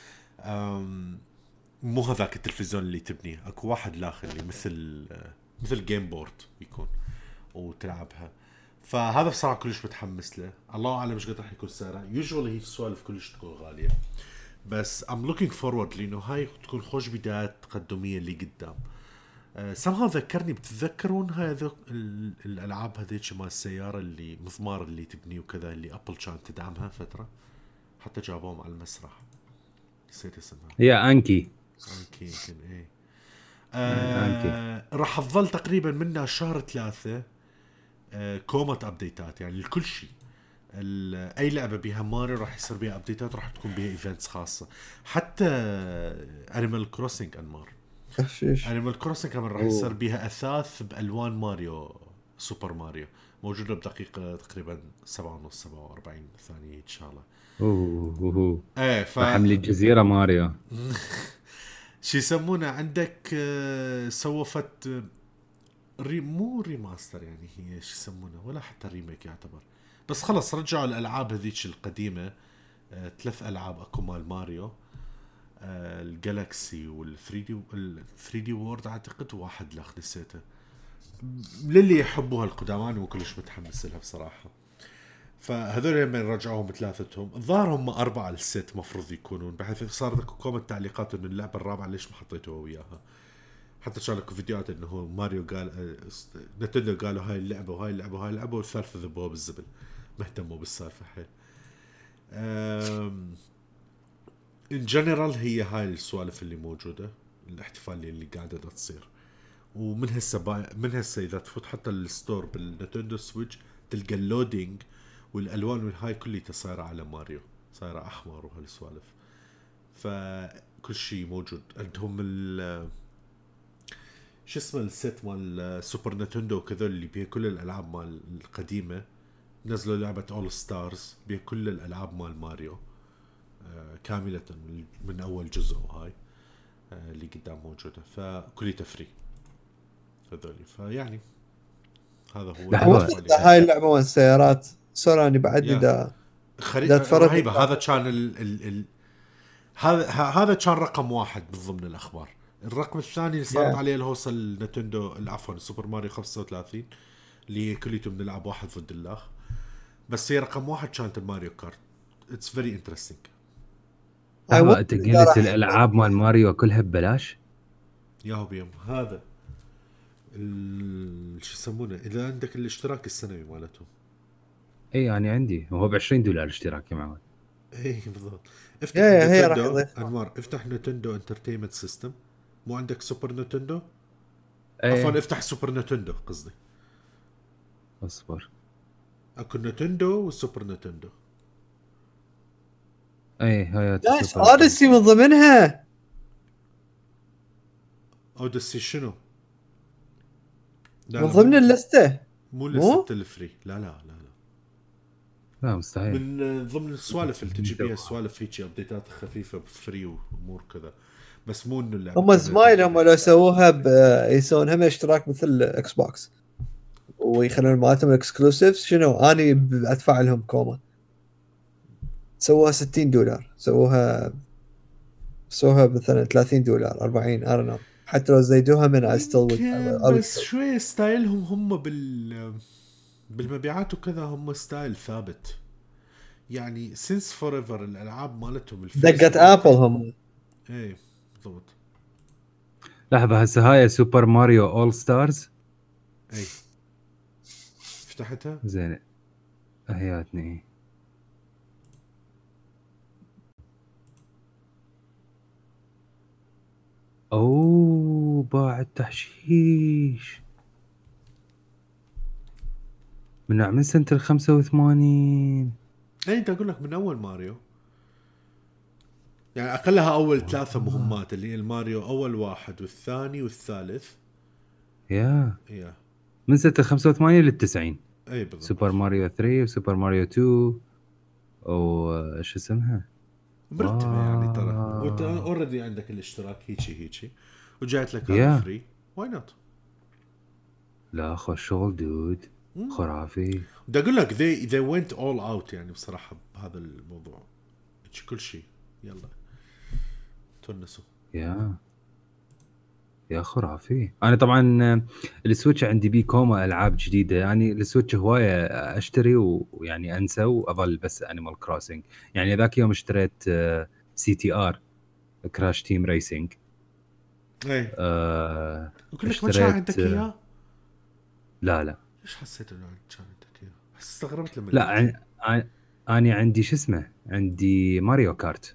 مو هذاك التلفزيون اللي تبنيه، اكو واحد لاخر اللي مثل جيم بورد يكون وتلعبها. فهذا بصراحه كلش متحمس له. الله اعلم ايش قد راح يكون سعره. يوجوالي هي السوالف كلش تكون غاليه، بس I'm looking forward لانه هاي تكون خوش بدايات تقدميه اللي قدام. سامها ذكرني، بتتذكرون هاي الالعاب هذيك مال السياره اللي مضمار اللي تبني وكذا، اللي ابل كانت تدعمها فتره، حتى جابوهم على المسرح، نسيت اسمها.
يا انكي
يمكن ايه.
أنكي.
راح تظل تقريبا منا شهر 3 كومت ابديتات، يعني لكل شيء. اي لعبه بها ماريو راح يصير بها ابديتات، راح تكون بها ايفنتس خاصه. حتى انيمال كروسنج انمار، انيمال كروسنج كمان راح يصير بها اثاث بالوان ماريو، سوبر ماريو، موجوده بدقيقه تقريبا 47 ثانيه ان شاء الله. ايه
حمل الجزيره ماريو
شو يسمونه عندك. سوفت مو ريماستر، يعني هي شو يسمونه، ولا حتى ريميك يعتبر، بس خلص رجعوا الالعاب هذيك القديمه. 3 العاب اكو مال ماريو، الجالكسي وال3 دي وورد اعتقد، واحد لا نسيته. للي يحبوها القدامان وكلش متحمس لها بصراحه. فهذول لما رجعوهم 3 الظاهر هم 4 الست مفروض يكونون، بحيث صار لك كوم التعليقات انه اللعبه الرابعه ليش ما حطيتوها وياها. حتى كان لكم فيديوهات انه ماريو قال نتندو قالوا هاي اللعبه وهاي اللعبه وهاي اللعبه، والثالثه ذبوها بالزبل، ما اهتموا بالسالفه حيل. ان جنرال هي هاي السوالف اللي موجوده، الاحتفاليه اللي قاعده تصير. ومن هسه اذا تفوت حتى الستور بالنتندو سويتش تلقى اللودينج والالوان والهاي كلها صايره على ماريو، صايره احمر وهالسوالف. فكل شيء موجود عندهم. شو اسمه الست مال سوبر نتندو وكذا اللي بيه كل الالعاب مال القديمه، نزلوا لعبه اول ستارز بيه كل الالعاب مال ماريو كامله من اول جزء، وهاي اللي قدام موجوده، فكلها تفري هذولي. فيعني هذا هو
هاي اللعبه مال السيارات سوراني بعدني دا
رهيبه. هذا كان هذا كان رقم 1 من ضمن الاخبار. الرقم الثاني اللي صارت عليه الهوصه النتندو، عفوا سوبر ماريو 35 اللي كليتهم بنلعب واحد ضد الله، بس هي رقم 1 كانت الماريو كارت. اتس فيري انترستينج.
انت قلت الالعاب مال ماريو كلها ببلاش
ياهو بيوم هذا شو يسمونه، اذا عندك الاشتراك السنوي مالتهم.
اي يعني عندي هو $20 اشتراك يا معود.
اي بالضبط. افتح نتندو انوار، افتح نتندو انترتينمنت سيستم. مو عندك سوبر نتندو؟ عفوا افتح سوبر نتندو قصدي.
اصبر،
اكو نتندو والسوبر نتندو.
اي هاي
اوديسي من ضمنها.
اوديسي شنو؟
من ضمن اللسته،
مو لسته الفري. لا
مستحيل.
من ضمن السوالف اللي تجي بيها السوالف هيك ابديتات خفيفه بفري وامور كذا، بس مو انه اللعبه.
هم زمايلهم لو سووها يسوون هم اشتراك مثل اكس بوكس ويخلون مالتهم الاكسكلوسيفز. شنو اني ادفع لهم كوما. سووها $60، سووها مثلا $30 40 I don't know. حتى لو زيدوها من
بس شوي ستايلهم هم بالمبيعات وكذا، هم ستايل ثابت يعني since forever. الالعاب مالتهم
دقت ابل هم.
ايه بالضبط.
لحظه هسه هاي سوبر ماريو اول ستارز.
اي فتحتها
زين. هياتني. اوه باع التحشيش من سنة 85.
اي انت اقول لك من اول ماريو، يعني اقلها اول 3 مهمات اللي هي الماريو اول واحد والثاني والثالث.
يا
يا
من سنة 85 لل 90.
اي بالضبط.
سوبر ماريو 3 وسوبر ماريو 2 وش اسمها
مرتبه يعني ترى، وانت اوريدي عندك الاشتراك هيجي وجايت لك هذا
يا
فري، واي نوت.
لا خوش شغل دود، خرافي.
بدي اقول لك they went all out يعني بصراحه بهذا الموضوع، كل شيء يلا تونسوا.
يا خرافي. انا طبعا السويتش عندي بيه كوما العاب جديده، يعني السويتش هوايه اشتري ويعني انسى واظل بس انيمال كروسنج. يعني ذاك يوم اشتريت سي تي ار كراش تيم ريسنج.
ايه وكل لك ما كان
اشتريت
عندك اياه؟
لا
ليش حسيت انه كان عندك اياه؟ استغربت لما
لا انا عندي شو اسمه، عندي ماريو كارت،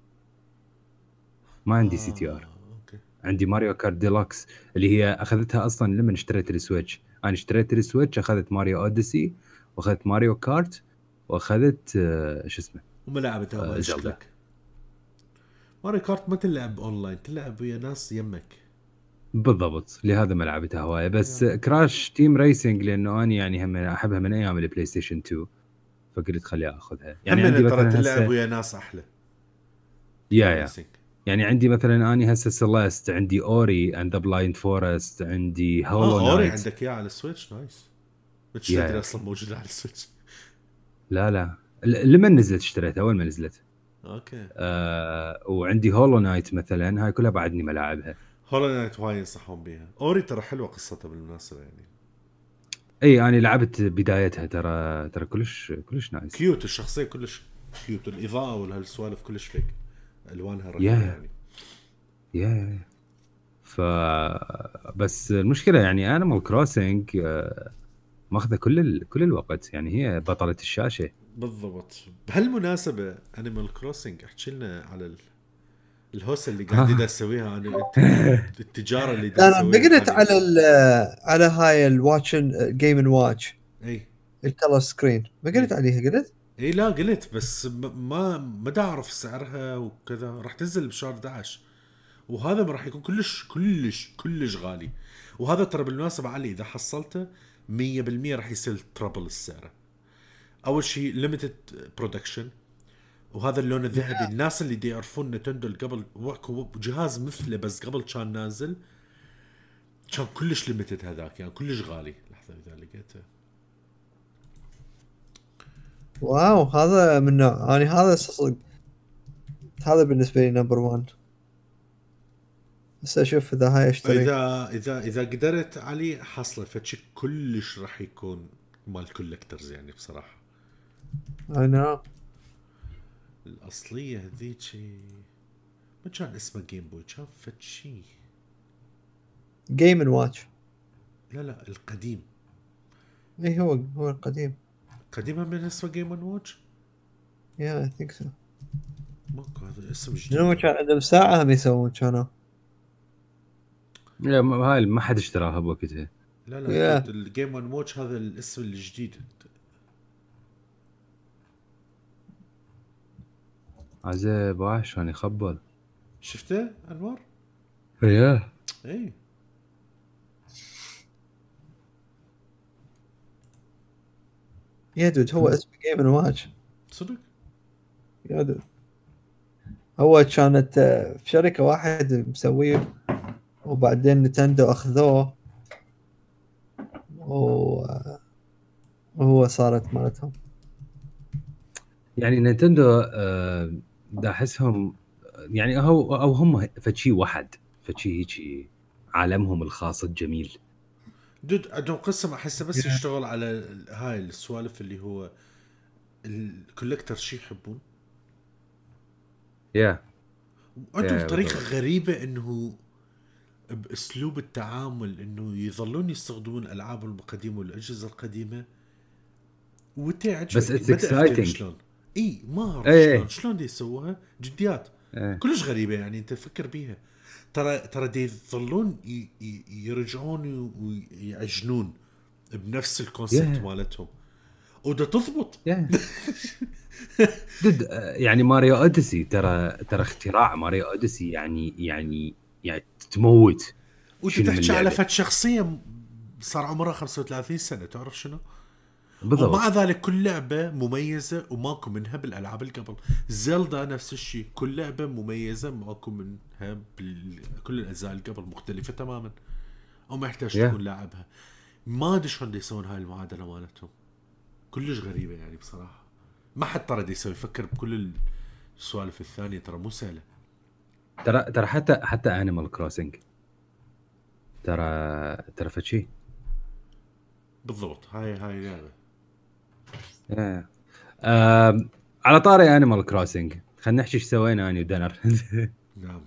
ما عندي سي تي ار.
اوكي.
عندي ماريو كارت ديلوكس اللي هي اخذتها اصلا لما اشتريت السويتش. انا اشتريت السويتش اخذت ماريو اوديسي واخذت ماريو كارت واخذت شو اسمه
وما لعبتها شكلك. ماريو كارت ما تلعب اونلاين، تلعب ويا ناس يمك.
بالضبط، لهذا ما لعبتها هوايه. بس كراش تيم ريسنج لانه انا يعني هم احبها من ايام البلاي ستيشن 2، فقلت خلي اخذها. يعني عندي
ترى
مثلا
تلعب ويا ناس احلى.
يا يعني عندي مثلا اني هسه سيليست، عندي اوري اند ذا بلايند فورست، عندي هولو نايت.
اوري عندك اياه على السويتش؟ نايس. مش تدري اصلا موجوده على السويتش؟
لا لما نزلت اشتريتها اول ما نزلت.
اوكي.
وعندي هولو نايت مثلا، هاي كلها بعدني ملاعبها.
هولو نايت وايد ينصحون بيها. اوري ترى حلوه قصتها بالمناسبه يعني.
اي انا لعبت بدايتها، ترى كلش نايس.
كيوت الشخصيه، كلش كيوت، الاضاءه وهالسوالف كلش فيك، الوانها رهيبه يعني.
يا بس المشكله يعني انيمال كروسنج ماخذه كل الوقت، يعني هي بطله الشاشه.
بالضبط. بهالمناسبه انيمال كروسنج احكي لنا على الهوسه اللي قاعد اسويها انا التجاره اللي
انا بقلت على هاي الواتش جيم ان واتش،
اي
الكلر سكرين، ما قلت عليها قلت؟
اي لا قلت، بس ما دا اعرف سعرها وكذا. راح تنزل بشهر 11 وهذا ما راح يكون كلش غالي. وهذا ترى بالمناسبه علي اذا حصلته 100% راح يصير ترابل السعر. اول شيء ليميتد برودكشن، وهذا اللون الذهبي. الناس اللي دي يعرفون نتندو قبل جهاز مثله بس قبل كان نازل كان كلش ليميتد هذاك، يعني كلش غالي. لحظه اذا لقيته.
واو هذا من نوع يعني، هذا صدق هذا بالنسبه لي نمبر 1. بس اشوف اذا هاي اشتري.
اذا قدرت علي حصله فشي كلش راح يكون مال كولكترز يعني بصراحه.
انا
الاصليه هذيك ما كان اسمه جيم بوي، كان فشي
جيم ان واتش.
لا القديم.
اي هو القديم.
قديمها من اسمه جيم ان واتش.
يا اي ثينك سو.
ماكو هذا اسم جديد.
شنو كان عندهم ساعه هم يسوون كانوا؟
لا هاي ما حد اشتراها بوقتها.
لا الجيم ان واتش هذا الاسم الجديد.
عزيب عشان يخبل.
شفته انور؟
ايه
اي
يا دود هو اسمه جيم ان واتش
صدق
يا دود. هو كانت في شركة واحد مسويه، وبعدين نتندو أخذوه وهو صارت مالتهم.
يعني نينتندو دا احسهم يعني هو او هم فشي واحد، فشي هيجي عالمهم الخاص الجميل.
دود عندهم قسم احسه بس يشتغل على هاي السوالف اللي هو الكولكتر شي يحبون. عندهم طريقة غريبة انه باسلوب التعامل انه يظلون يستخدمون الالعاب القديمة والاجهزة القديمة وانت عجبك
بس it's
بدأ أفتهم
exciting.
شلون اي ما اعرف
إيه.
شلون دي يسووها جديات
إيه.
كلش غريبه يعني انت تفكر بيها ترى دي يظلون يرجعون ويعجنون بنفس الكونسبت مالتهم وده تضبط
دد يعني ماريو اوديسي ترى اختراع ماريو اوديسي يعني تموت.
وانت تحكي على فد شخصيه صار عمرها 35 سنه تعرف شنو
بالضبط.
ومع ذلك كل لعبه مميزه وماكو منها بالالعاب اللي قبل. زيلدا نفس الشيء كل لعبه مميزه ماكو منها كل الاجزاء اللي قبل مختلفه تماما وما يحتاج تكون لاعبها. ما ادري شلون يسوون هاي المعادله مالتهم كلش غريبه يعني بصراحه. ما حد ترى يسوي يفكر بكل السوالف الثانيه ترى مو سهله.
ترى حتى انيمال كروسنج ترى فشي
بالضبط. هاي لعبه
على طاري انيمال كروسنج خلينا نحكي ايش سوينا انا ودنر.
نعم.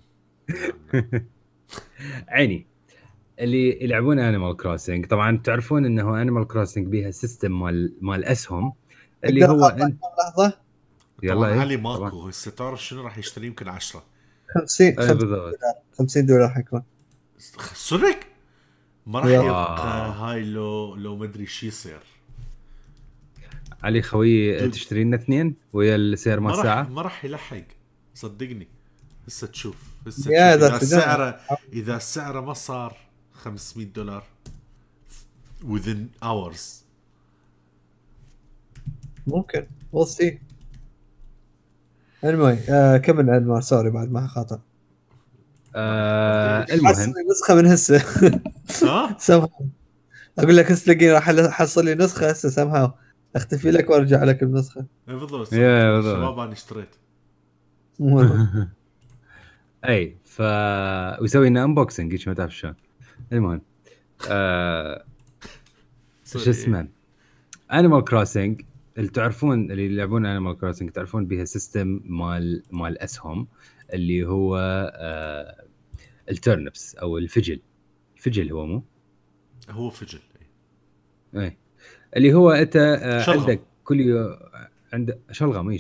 عيني اللي يلعبون انيمال كروسنج طبعا تعرفون انه انيمال كروسنج بيها سيستم مال اسهم اللي هو انت
لحظه
يلا
علي ماكو هسه تعرف شنو راح يشتري يمكن 10
50 دولار حيكون
صدق ما راح يبقى هاي لو ما ادري شو يصير.
علي خوي تشتري لنا 2 ويا السعر ما الساعه
ما راح يلحق صدقني. هسه تشوف اذا السعر ما صار 500 دولار within hours
ممكن we'll see. anyway كمل انمار سوري بعد ما خاطر.
المهم
نسخه من هسه سمها اقول لك هسه تلاقيني راح احصل لي نسخه هسه سمها اختفي لك وارجع لك بنسخه.
بالضبط شباب انا اشتريت
اي ويسوي لنا انبوكسنج ايش ما تعرف شلون. المهم شو اسمه انيمال كروسنج اللي تعرفون اللي يلعبون انيمال كروسنج تعرفون بها سيستم مال اسهم اللي هو الترنبس او الفجل هو مو
هو فجل
اي اللي هو انت عندك كل يوم عند شلغم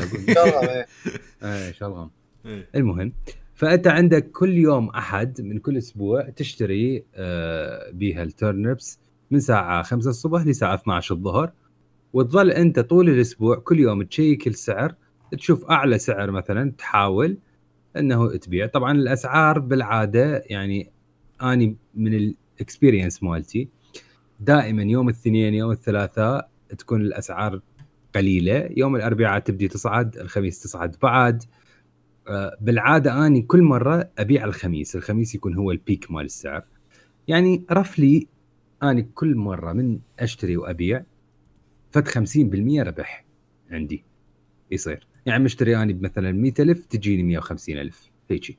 شلغم المهم فانت عندك كل يوم احد من كل اسبوع تشتري بيها الترنبس من ساعه 5 الصبح لساعه 12 الظهر وتظل انت طول الاسبوع كل يوم تشيك السعر تشوف اعلى سعر مثلا تحاول انه تبيع. طبعا الاسعار بالعاده يعني اني من الاكسبيرينس مالتي دائما يوم الاثنين يوم الثلاثاء تكون الاسعار قليله يوم الاربعاء تبدي تصعد الخميس تصعد بعد. بالعاده اني كل مره ابيع الخميس يكون هو البيك مال السعر يعني رفلي اني كل مره من اشتري وابيع فت 50% ربح عندي يصير يعني مشتري اني بمثلا 100,000 تجيني 150,000 هيجي.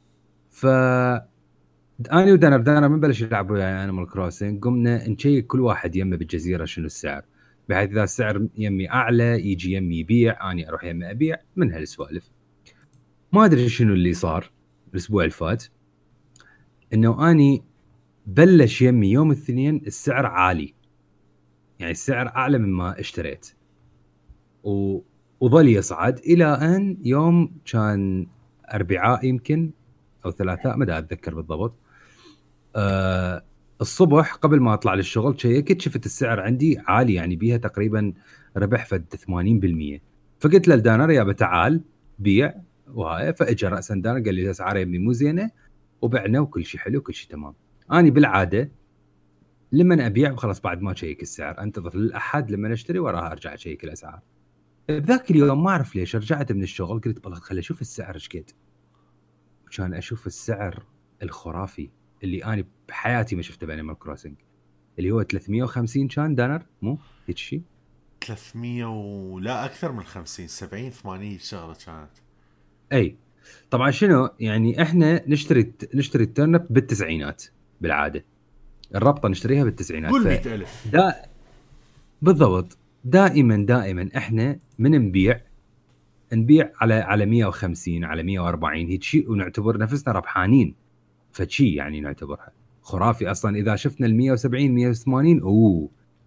اني ودانا من بلش نلعب ويا انيمال كروسنج قمنا نشيك كل واحد يمه بالجزيره شنو السعر بحيث اذا السعر يمي اعلى يجي يمي يبيع اني اروح يمي ابيع من هالسوالف. ما ادري شنو اللي صار الاسبوع اللي فات انه اني بلش يمي يوم الاثنين السعر عالي يعني السعر اعلى مما اشتريت وظل يصعد الى ان يوم كان اربعاء يمكن او ثلاثاء ما اتذكر بالضبط. الصبح قبل ما اطلع للشغل شيكت شفت السعر عندي عالي يعني بيها تقريبا ربح فد 80%. فقلت له دانر يا تعال بيع وهاي فاجى راسا دانر قال لي اسعار يمي مو زينه وبعنا وكل شيء حلو كل شيء تمام. اني بالعاده لما ابيع وخلاص بعد ما اشيك السعر انتظر للاحد لما اشتري وراها ارجع اشيك الاسعار. بذاك اليوم ما اعرف ليش رجعت من الشغل قلت والله خلي اشوف السعر ايش قد كان اشوف السعر الخرافي اللي انا بحياتي ما شفته بانيمال كروسنج اللي هو 350 كان دانر مو هيك شيء
300 ولا اكثر من 50 70 80 شغله كانت.
اي طبعا شنو يعني احنا نشتري الترنب بالتسعينات بالعاده الربطه نشتريها بالتسعينات
قول 100,000
بالضبط. دائما احنا من نبيع على 150 على 140 هيك شيء ونعتبر نفسنا ربحانين فشي يعني نعتبرها خرافي اصلا. اذا شفنا ال 170 180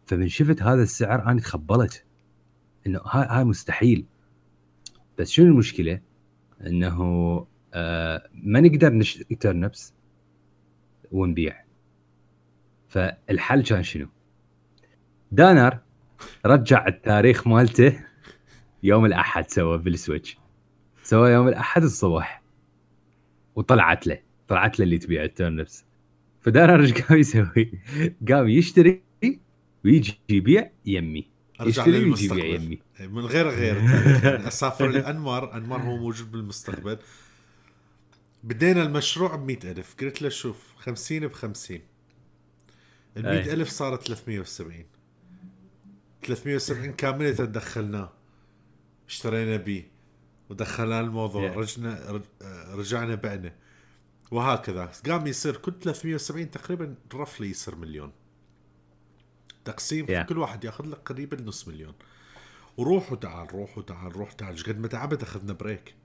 فمن شفت هذا السعر انا تخبلت انه هاي مستحيل. بس شنو المشكله؟ انه ما نقدر نشتري ترنبس ونبيع. فالحل كان شنو؟ دانر رجع التاريخ مالته يوم الأحد، سوى بالسويتش، سوى يوم الأحد الصبح وطلعت له اللي تبيع الترنبس. فدانر ايش قام يسوي؟ قام يشتري ويجي يبيع يمي،
ارجع
يشتري ويجي يبيع
للمستقبل
يمي.
من غير تاريخ. يعني اسافر الانمار، انمار هو موجود بالمستقبل. بدينا المشروع ب100,000، قلت له شوف 50 ب50، ال100,000 صارت 370. 370 كاملة دخلناه، اشترينا بيه ودخلنا الموضوع، رجعنا بعنا، وهكذا قام يصير كل 370 تقريبا رفلي يصير مليون تقسيم. كل واحد ياخذ لك قريبا نص مليون. وروح وتعال روح وتعال روح تعال، قد ما تعبت اخذنا بريك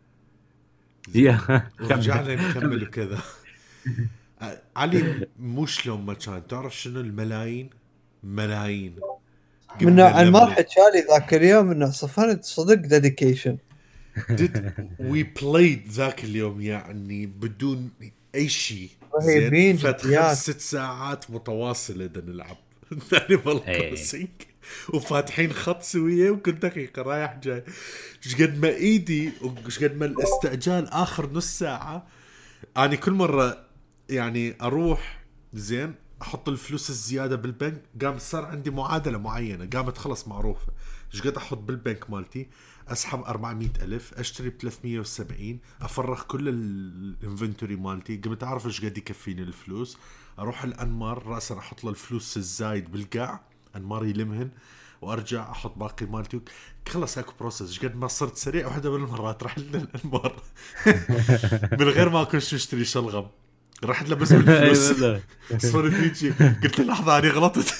ورجعنا نكمل وكذا. علي مو شلون ما كان، تعرف شنو الملايين ملايين
من انمار حكالي ذاك اليوم انه صفنت صدق ديديكيشن.
وي بلايد ذاك اليوم يعني بدون اي شيء،
رهيبين
فترة 6 ساعات متواصلة نلعب انيمال كروسنج وفاتحين خط سوية وكل دقيقة رايح جاي. قد ما ايدي وقد ما الاستعجال اخر نص ساعة، اني كل مرة يعني اروح زين احط الفلوس الزيادة بالبنك، قام صار عندي معادلة معينة قامت خلص معروفة ايش قد احط بالبنك مالتي، اسحب 400,000 اشتري ب370، افرغ كل الانفنتوري مالتي، قمت اعرف ايش قد يكفيني الفلوس، اروح الانمار راسا احط له الفلوس الزايد بالقاع، انمار يلمهن وارجع احط باقي مالتي. خلص اكو بروسس. قد ما صرت سريع واحدة من المرات رحت للانمار من غير ما اكون اشتري شلغم، رحت له بس بالفلوس صرت هيجي قلت له لحظة أنا غلطت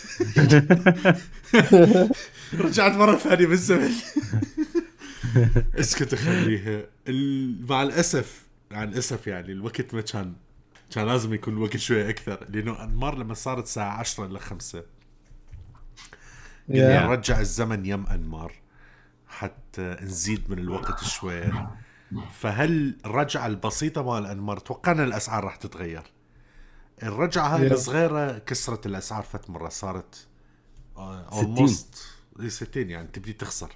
رجعت مرة ثانية بالزمن اسكت اخليها. مع الأسف يعني الوقت ما كان لازم يكون الوقت شوية أكثر، لأنه أنمار لما صارت الساعة 10 إلى 5 نرجع الزمن يم أنمار حتى نزيد من الوقت شوية. فهل الرجعة البسيطة مال أنمار توقعنا الأسعار راح تتغير، الرجعة هاي الصغيرة كسرت الأسعار فت مرة، صارت almost 60 يعني تبدي تخسر.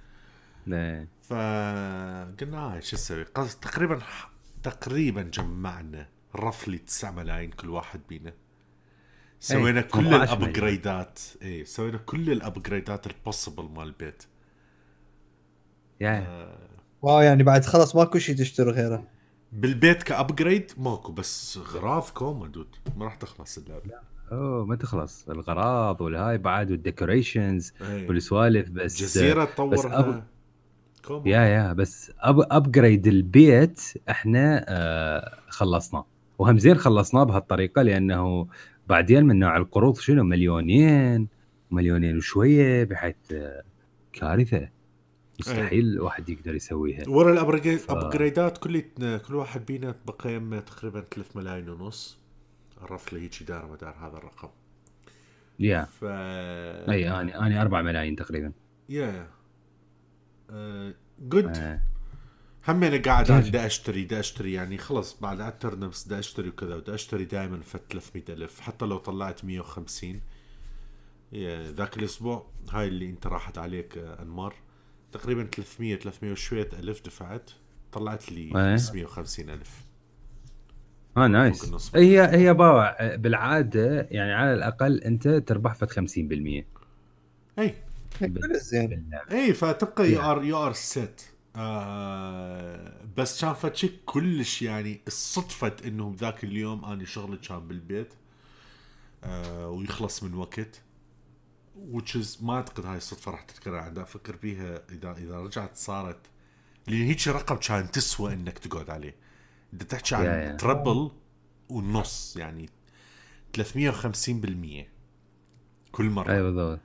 فقلنا هاي شو نسوي، تقريبا جمعنا رفلي 9 ملايين كل واحد بينا، سوينا كل الابجريدات. سوينا كل الابجريدات البوسيبل مال البيت.
واو يعني بعد خلص ماكو شيء تشتري غيره
بالبيت كابجريد ماكو، بس غراض كوما دود ما راح تخلص اللعبه.
ما تخلص الغراض والهاي بعد والديكوريشنز والسوالف. بس
جزيره تطورها
كوما. بس ابجريد البيت احنا خلصناه، وهم زين خلصناه بهالطريقه، لانه بعدين من نوع القروض شنو 2 مليون وشويه، بحيث كارثه مستحيل واحد يقدر يسويها.
ورا الابجريدات كل واحد بينا بقى يمه تقريبا 3 ملايين ونص، عرف لي هيك دار مدار هذا الرقم.
أنا 4 ملايين تقريبا.
جود. هم انا قاعد دا اشتري يعني خلص بعد الترنبس دا اشتري وكذا، ودا اشتري دائما في 300,000 حتى لو طلعت 150. ذاك الاسبوع هاي اللي انت راحت عليك انمار تقريبا 300 وشوية ألف دفعت، طلعت لي 550,000.
نايس. هي باوع بالعادة يعني على الأقل أنت تربح فت 50%.
اي فتبقى يو ار سيت. بس كان فتشي كلش يعني الصدفة انه ذاك اليوم اني شغلي كان بالبيت ويخلص من وقت، which is ما اعتقد هاي الصدفة راح تتكرر. عندي افكر بيها اذا رجعت صارت، لان هيك رقم كان تسوى انك تقعد عليه. انت تحكي عن تربل ونص يعني 350% كل مرة.
بالضبط.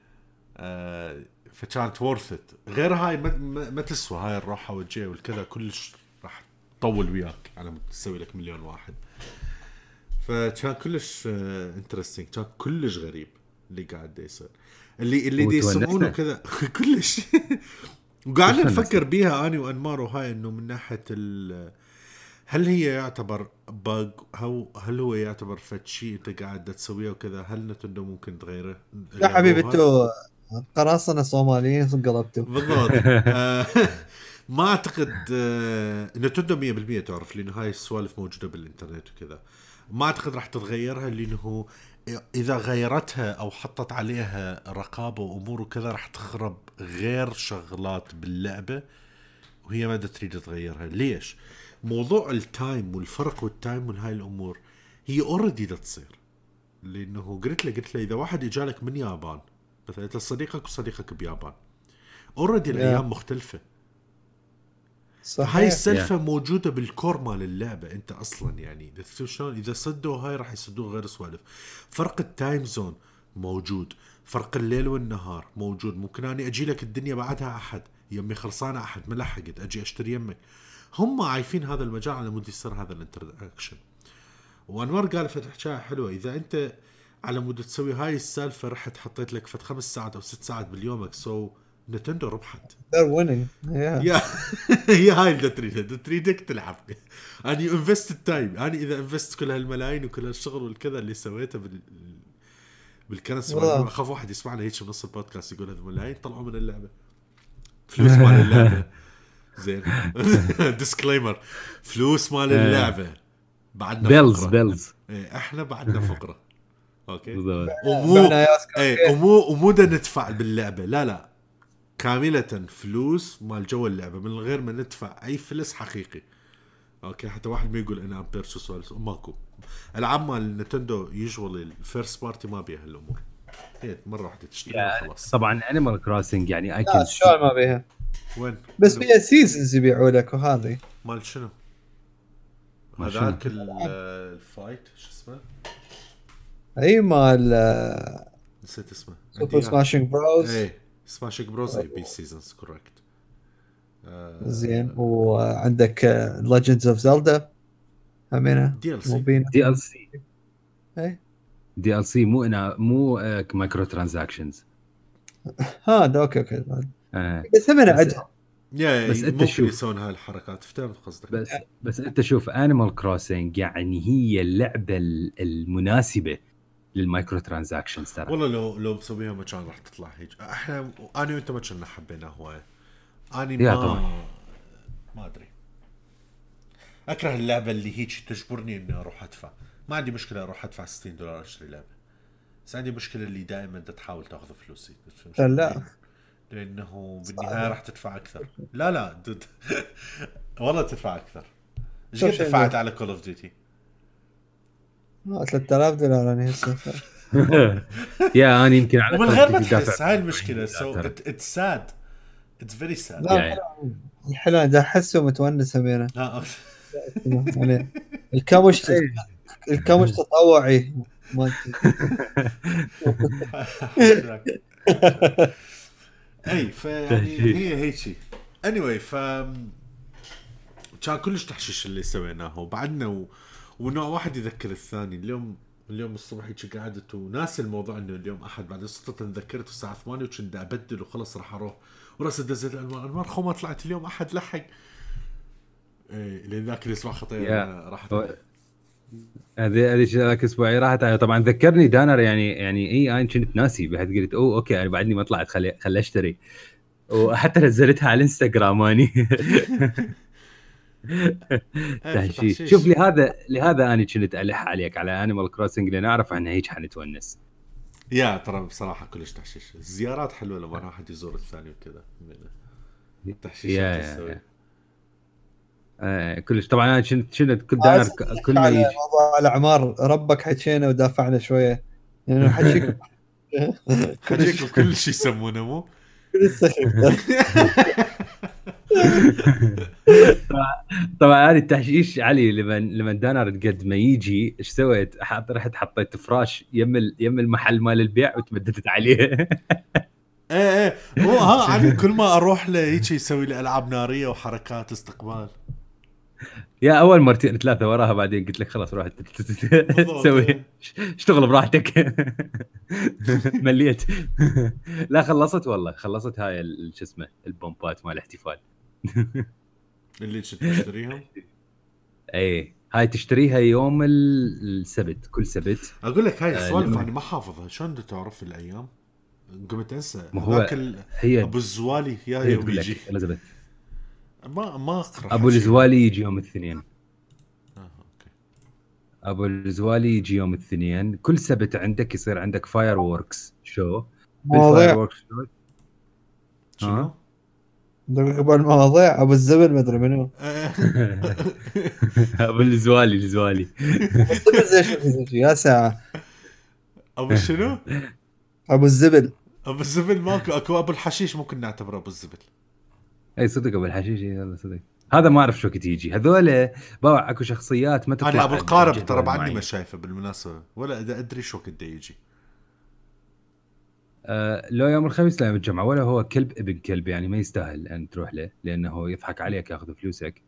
فكانت وورثت. غير هاي ما تسوى هاي الروحة والجاي والكذا، كلش راح تطول وياك على ما تسوي لك 1,000,000 واحد. فكان كلش انترستينج، كان كلش غريب. اللي قاعد يصير اللي دي يسمونه كذا كلش. وقاعد نفكر بيها اني وانمار وهاي انه من ناحيه هل هي يعتبر باج هل هو يعتبر فشي انت قاعد تسويه وكذا؟ هل نتندو ممكن تغيره؟
لا حبيبي انتوا قراصنة صوماليين قلبتوا
بالضبط. ما اعتقد نتندو 100% تعرف لانه هاي السوالف موجوده بالانترنت وكذا. ما اعتقد راح تتغيرها لانه اذا غيرتها او حطت عليها رقابه وامور وكذا راح تخرب غير شغلات باللعبه وهي ما تريد تغيرها. ليش؟ موضوع التايم والفرق والتايم وهاي الامور هي اوريدي تصير. لانه قلت له اذا واحد اجالك من يابان مثلا انت صديقك بيابان اوريدي الايام مختلفه. هاي السلفه موجوده بالكور مال اللعبه انت اصلا يعني شلون اذا صدوا هاي راح يصدوا غير سوالف. فرق التايم زون موجود، فرق الليل والنهار موجود. ممكن اني اجي لك الدنيا بعدها احد يمي خلصانه احد ما لحقت اجي اشتري يمك. هم عايفين هذا المجال على مود يصير هذا الانتراكشن. وانور قال فتحتها حلوه اذا انت على مود تسوي هاي السالفه رحت حطيت لك فت 5 ساعات او 6 ساعات باليومك نتندو ربحت.
they're winning.
يا هي هاي اللي تريدك تلعب. اني انفست التايم، اني اذا انفست كل هالملايين وكل هالشغل والكذا اللي سويته بالكرنسي. اخاف واحد يسمعنا هيك بنص البودكاست يقول هذا ملايين طلعوا من اللعبه، فلوس مال اللعبه. زين ديسكليمر، فلوس مال اللعبه بعدنا
بيلز
احنا بعدنا فقره. اوكي
ومو
ده ندفع باللعبه، لا كاملة فلوس مال جو اللعبة من غير ما ندفع أي فلس حقيقي. أوكي حتى واحد ما يقول أنا بيرشو سوالف ماكو. العاب مال نتندو يجولي الفيرست بارتي ما بيها الأمور، هي مرة واحدة تشتري خلاص.
طبعا أنيمال كروسنج يعني
لا شو ما بيها
وين
بس فيها سيزنز يبيعوا لك. وهذه
مال شنو؟ هذاك الفايت شو اسمه؟
أي مال
نسيت اسمه.
سوبر سماشينج بروز.
إيه سماشينج بروز اي بي سيزونز كوركت.
زين. وعندك ليجندز اوف زلدا همينه
دي
ال سي مو مايكرو ترانزاكشنز.
هذا اوكي بس همينه عدها.
بس انت شوف يسوون هاي الحركات فهمت قصدك.
بس انت شوف انيمال كروسنج يعني هي اللعبه المناسبه للمايكرو ترانزاكشنز ترى.
والله لو مسويها مكان راح تطلع هيك. احنا انا وانت ما كنا حبيناه هوايه. اني ما ادري اكره اللعبه اللي هيك تجبرني اني اروح ادفع. ما عندي مشكله اروح ادفع $60 اشتري لعبه، بس عندي مشكله اللي دائما تحاول تاخذ فلوسي.
لا
لانه بالنهايه راح تدفع اكثر. لا والله تدفع اكثر. ايش قد دفعت على كول اوف ديوتي؟
$3000 انا هسه.
يا انا يمكن على
ومن غير ما تحس. هاي المشكله. اتس ساد، اتس فيري ساد.
الحلو ده احسه متونس همينه. يعني الكمش تطوعي مالتي.
اي هي هيك anyway كان كلش تحشيش اللي سويناه وبعدنا ونوع واحد يذكر الثاني. اليوم الصبح هيك قعدت وناس الموضوع انه اليوم احد، بعدين صرت تذكرت الساعه 8 وكنت ابدل وخلص راح اروح وراسي دزت انوار خو ما طلعت اليوم احد لحق. لان ذاك الاسبوع خطير راحت
هذه ذاك اسبوعي راحت. طبعا ذكرني دانر يعني اي انا كنت ناسي بعد قلت اوكي انا بعدني ما طلعت خلي اشتري، وحتى نزلتها على الانستغرام اني. تحشيش. شوف لهذا انا كنت الح عليك على انيمال كروسنج لان اعرف عنها هيك حنتونس.
يا ترى بصراحه كلش تحشيش. الزيارات حلوه لما واحد يزور الثاني وكذا. تحشيش
كلش. طبعا انا كنت دانر كل ما يجي
موضوع الاعمار ربك حكينا ودافعنا شويه يعني
حكيكم كل شيء يسمونه مو
طبعا هذه التحشيش علي لما دانر قد ما يجي ايش سويت؟ رحت حطيت فراش يم المحل مال البيع وتمددت عليه.
هو علي كل ما اروح له هيك يسوي لي العاب ناريه وحركات استقبال.
يا اول مرتين 3 وراها بعدين قلت لك خلاص روح سوي اشتغل براحتك. مليت. لا خلصت والله، خلصت هاي شو اسمه البومبات مال الاحتفال.
اللي تشتريهم
اي هاي تشتريها يوم السبت، كل سبت.
اقول لك هاي السوالف
لما-
انا ما حافظها، شلون تعرف الايام؟ قمت انسى
ما هو
هذاك
هي
ابو الزوالي يا
هي
يوم
تقول
يجي.
لك اليزابيث
ما اقرا
ابو الزوالي يجي يوم الاثنين.
اوكي.
ابو الزوالي يجي يوم الاثنين، كل سبت عندك يصير عندك فاير ووركس شو. بالفاير
مواضيع
ووركس
شنو؟
قبل المواضيع ابو الزبل ما ادري منو.
ابو الزوالي
الزبل زي شو يا ساعه.
ابو شنو؟
ابو الزبل
ابو الزبل ماكو، اكو ابو الحشيش ممكن نعتبره ابو الزبل.
اي صدق ابو الحشيش، يلا صدق هذا ما اعرف شو وقت يجي. هذول باوع اكو شخصيات ما تطلع.
انا ابو القارب ترى
بجدول
بعدني
معين.
ما شايفه بالمناسبه، ولا اذا ادري شو وقت يجي.
لو يوم الخميس لا يوم الجمعه، ولا هو كلب ابن كلب يعني، ما يستاهل ان تروح له لانه يضحك عليك ياخذ فلوسك.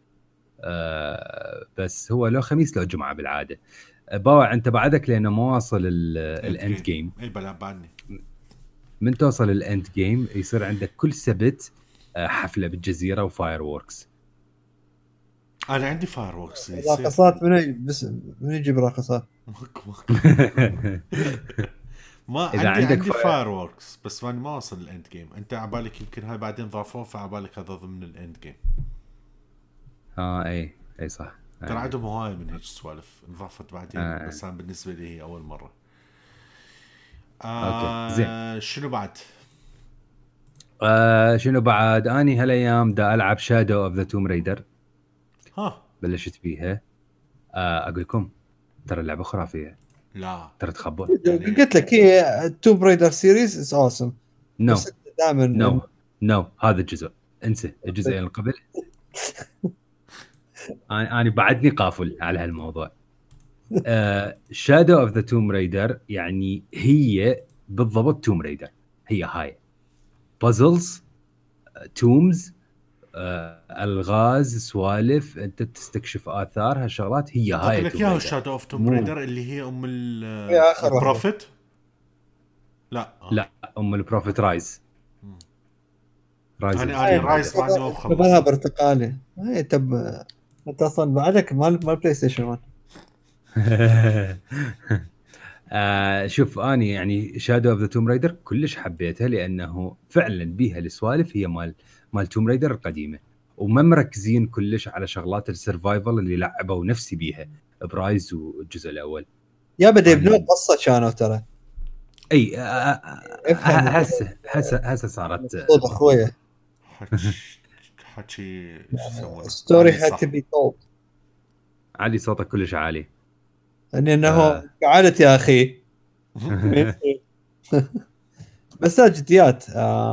بس هو لو خميس لو جمعه بالعاده. باوع انت بعدك لانه ما واصل الاند جيم.
اي بلا بعدني.
من توصل الاند جيم يصير عندك كل سبت حفله بالجزيره وفاير ووركس.
انا عندي فاير ووركس.
راقصات بس من يجيب راقصات؟
ماكو ما
إذا
عندي
عندك
فاير ووركس بس ماني ما وصل الاند جيم. انت عبالك يمكن هاي بعدين ضافوه، فعبالك هذا ضمن الاند جيم.
اي صح.
ترى عندهم هواي من هيك سوالف انضافت بعدين. بس انا بالنسبه لي هي اول مره.
اوكي زين.
شنو بعد؟
شنو بعد؟ اني هالايام دا العب شادو اوف ذا توم ريدر.
ها
بلشت فيها. اقول لكم ترى اللعبه خرافيه،
لا
ترى تخبل.
يعني قلت لك هي توم برايدر سيريز از اوسم.
نو
دائما
نو هذا الجزء انسى الجزئين اللي قبل. انا بعدني قافل على هالموضوع. شادو اوف ذا توم ريدر يعني هي بالضبط توم ريدر. هي هاي بازلز، تومز، الغاز، سوالف، انت تستكشف اثار هالشغلات. هي هاي
اقول لك يا شادو اوف توم ريدر اللي هي ام البروفيت.
لا ام البروفيت رايز.
انا رايز بعد ما
خلص
بخلص.
برتقالي. هي تب انت اصلا بعدك مال بلاي ستيشن 1.
شوف اني يعني شادو اوف ذا توم رايدر كلش حبيتها لانه فعلا بيها السوالف هي مال توم رايدر القديمه، وما مركزين كلش على شغلات السرفايفل اللي لعبوا نفسي بيها برايز والجزء الاول.
يا بدا يبنون قصه كانوا ترى.
اي هسه صارت
صوت اخويا
حكي
ستوري هاد تو بي تولد.
علي صوتك كلش عالي.
انه قعدت يا اخي. بس جديات.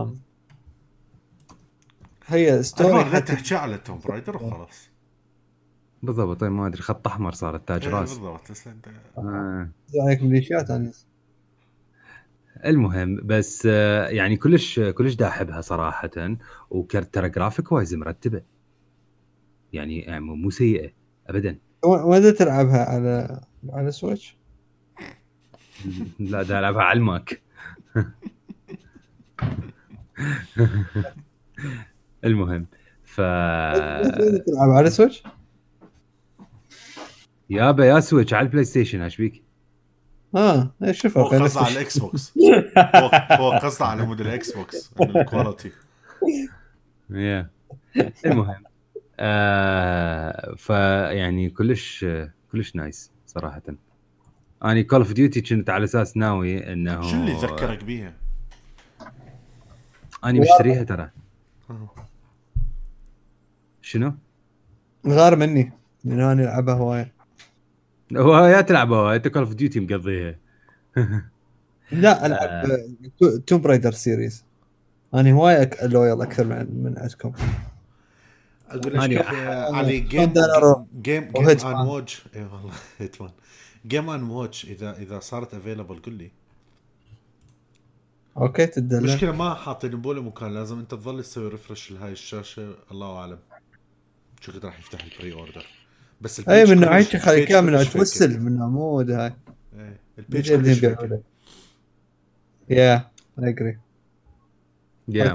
هي ستوري
حتى تحكي على توم برايدر وخلاص.
بالضبط. ما ادري خط احمر صارت تاج راس.
بالضبط. بس انت
عليك ميليشيات انيس.
المهم بس يعني كلش دا احبها صراحه. وترى جرافيك وايز مرتبه يعني مو سيئه ابدا.
وين تلعبها على سويتش؟
لا دا العبها على الماك. المهم
تلعب على سويتش؟
يا سويتش على البلاي ستيشن ايش بيك؟
شوف
هو قصده على الاكس بوكس. هو قصده على موديل الاكس بوكس الكواليتي.
المهم فيعني كلش نايس صراحه. اني كول اوف ديوتي كنت على اساس ناوي انه
شو اللي ذكرك بيها؟
اني مشتريها ترى. شنو؟
غار مني من انا العبها هوايه.
هو يا تلعبها انت كول اوف ديوتي مقضيها.
لا العب توم برايدر سيريز. انا هوايه لويال اكثر من عندكم.
اقول لك على جيم ان واتش. اي والله هيتمان جيم ان واتش اذا صارت افيلبل قل لي.
اوكي تدلع.
مشكله ما حاطين بوله مكان، لازم انت تظل تسوي ريفرش لهاي الشاشه. الله اعلم. شو قد راح يفتح البري اوردر. بس
اي من نوعيه
كلش-
خلي
البيج
كامل
كلش
توسل من عمود هاي
فيكة. إيه، البيج
بيجي اللي
كلش
يبيعوا
فيكة.
لك. يا اجري
يا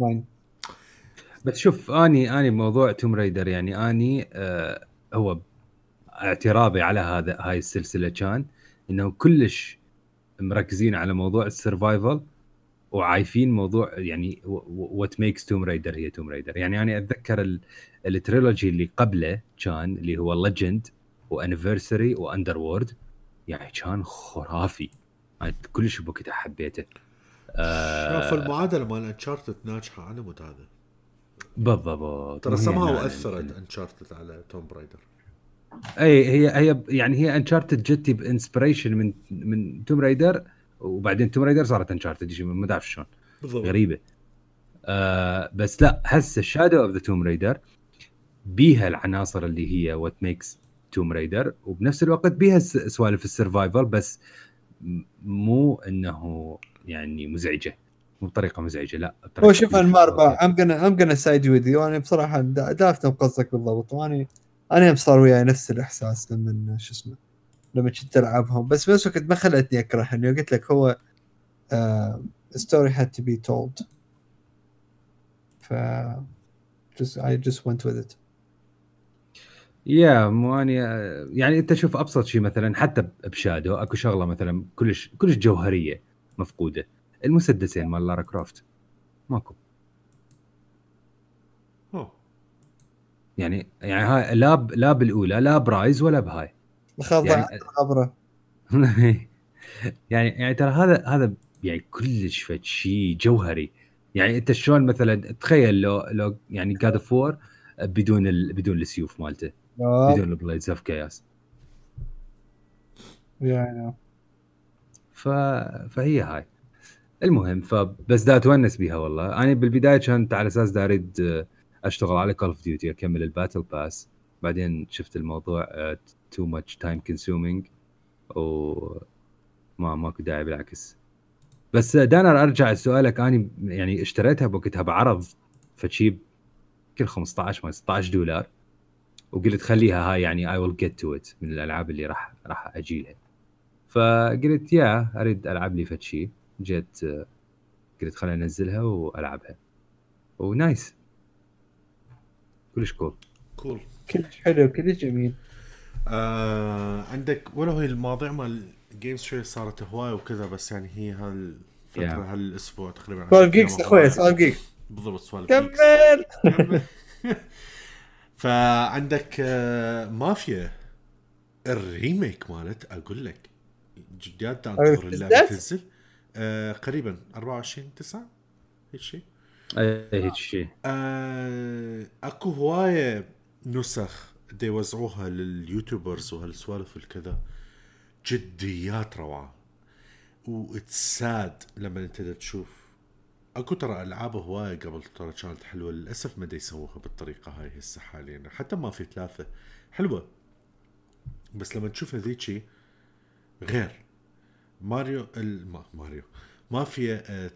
بس شوف اني موضوع توم رايدر يعني اني هو اعتراضي على هاي السلسله كان انه كلش مركزين على موضوع السرفايفل وعايفين موضوع يعني وات ميكس توم رايدر هي توم رايدر. يعني انا اتذكر التريلوجي اللي قبله كان اللي هو ليجند وانيفرساري واندر وورد، يعني كان خرافي، انا كلش بوقتها حبيته.
شوف المعادله مال انشارتد ناجحه على مود هذا.
بالضبط.
ترى
مو هي
سمها
هنا
واثرت انشارتد على توم برايدر.
اي هي يعني هي انشارتد جتي بانسبريشن من توم رايدر، وبعدين توم رايدر صارت انشارتد شيء ما تعرف شلون
بالضبط.
غريبه. بس لا هسه شادو اوف ذا توم رايدر بيها العناصر اللي هي وات ميكس توم رايدر، وبنفس الوقت بيها سوالف السرفايفل، بس مو انه يعني مزعجه، مو بطريقه مزعجه، لا
هو شوف
كلش
الماربع
أوكي.
I'm gonna side with you. انا بصراحه دافت قصدك بالضبط، وانا هم صار وياي نفس الاحساس لما شو اسمه لما كنت تلعبهم، بس بنفس الوقت ما خلتني اكره، اني قلت لك هو story had to be told. ف I just went with it.
يا مو اني يعني انت شوف ابسط شيء مثلا حتى بشادو اكو شغله مثلا كلش جوهريه مفقوده، المسدسين مال لارا كرافت ماكو. يعني هاي لا بالاولى لا برايز ولا بهاي
خضع
يعني
خبره.
يعني ترى هذا يعني كلش فد شيء جوهري. يعني انت شلون مثلا تخيل لو يعني جاد اوف وور بدون السيوف مالته، بدون البليدز اوف كياس.
يعني
فهي هاي المهم. فبس دا اتونس بيها والله. انا بالبدايه كنت على اساس دا اريد اشتغل على كول اوف ديوتي اكمل الباتل باس، بعدين شفت الموضوع تو ماتش تايم كونسيومينج ماكو داعي بالعكس. بس دانر ارجع سؤالك، اني يعني اشتريتها بوقتها بعرض فشي كل 15 ما $16، وقلت خليها هاي يعني I will get to it من الالعاب اللي راح اجيلها. فقلت يا اريد العب لي فشي، جيت قلت خليني انزلها والعبها ونايس كلش كول.
كلش حلو كلش جميل.
عندك ولو هي المواضيع مال جيمز شوي صارت هواي وكذا، بس يعني هي هالفترة هالاسبوع تقريبا
سوالف جيكس اخوي، سوالف جيك.
بالضبط سوالف
كمل.
فعندك مافيا الريميك مالت، اقول لك جديات انتظر اللعبة تنزل قريبا 24/9 هيك شيء.
هيك شيء.
اكو هواية نسخ دي يوزعوها لليوتيوبرز وهالسوالف والكذا، جديات روعة. واتساد لما انت تشوف اكو ترى العاب هواية قبل ترى كانت حلوة، للاسف ما دا يسووها بالطريقة هاي هسه حاليا. حتى ما في 3 حلوة، بس لما تشوف هذيك غير. ماريو مافيا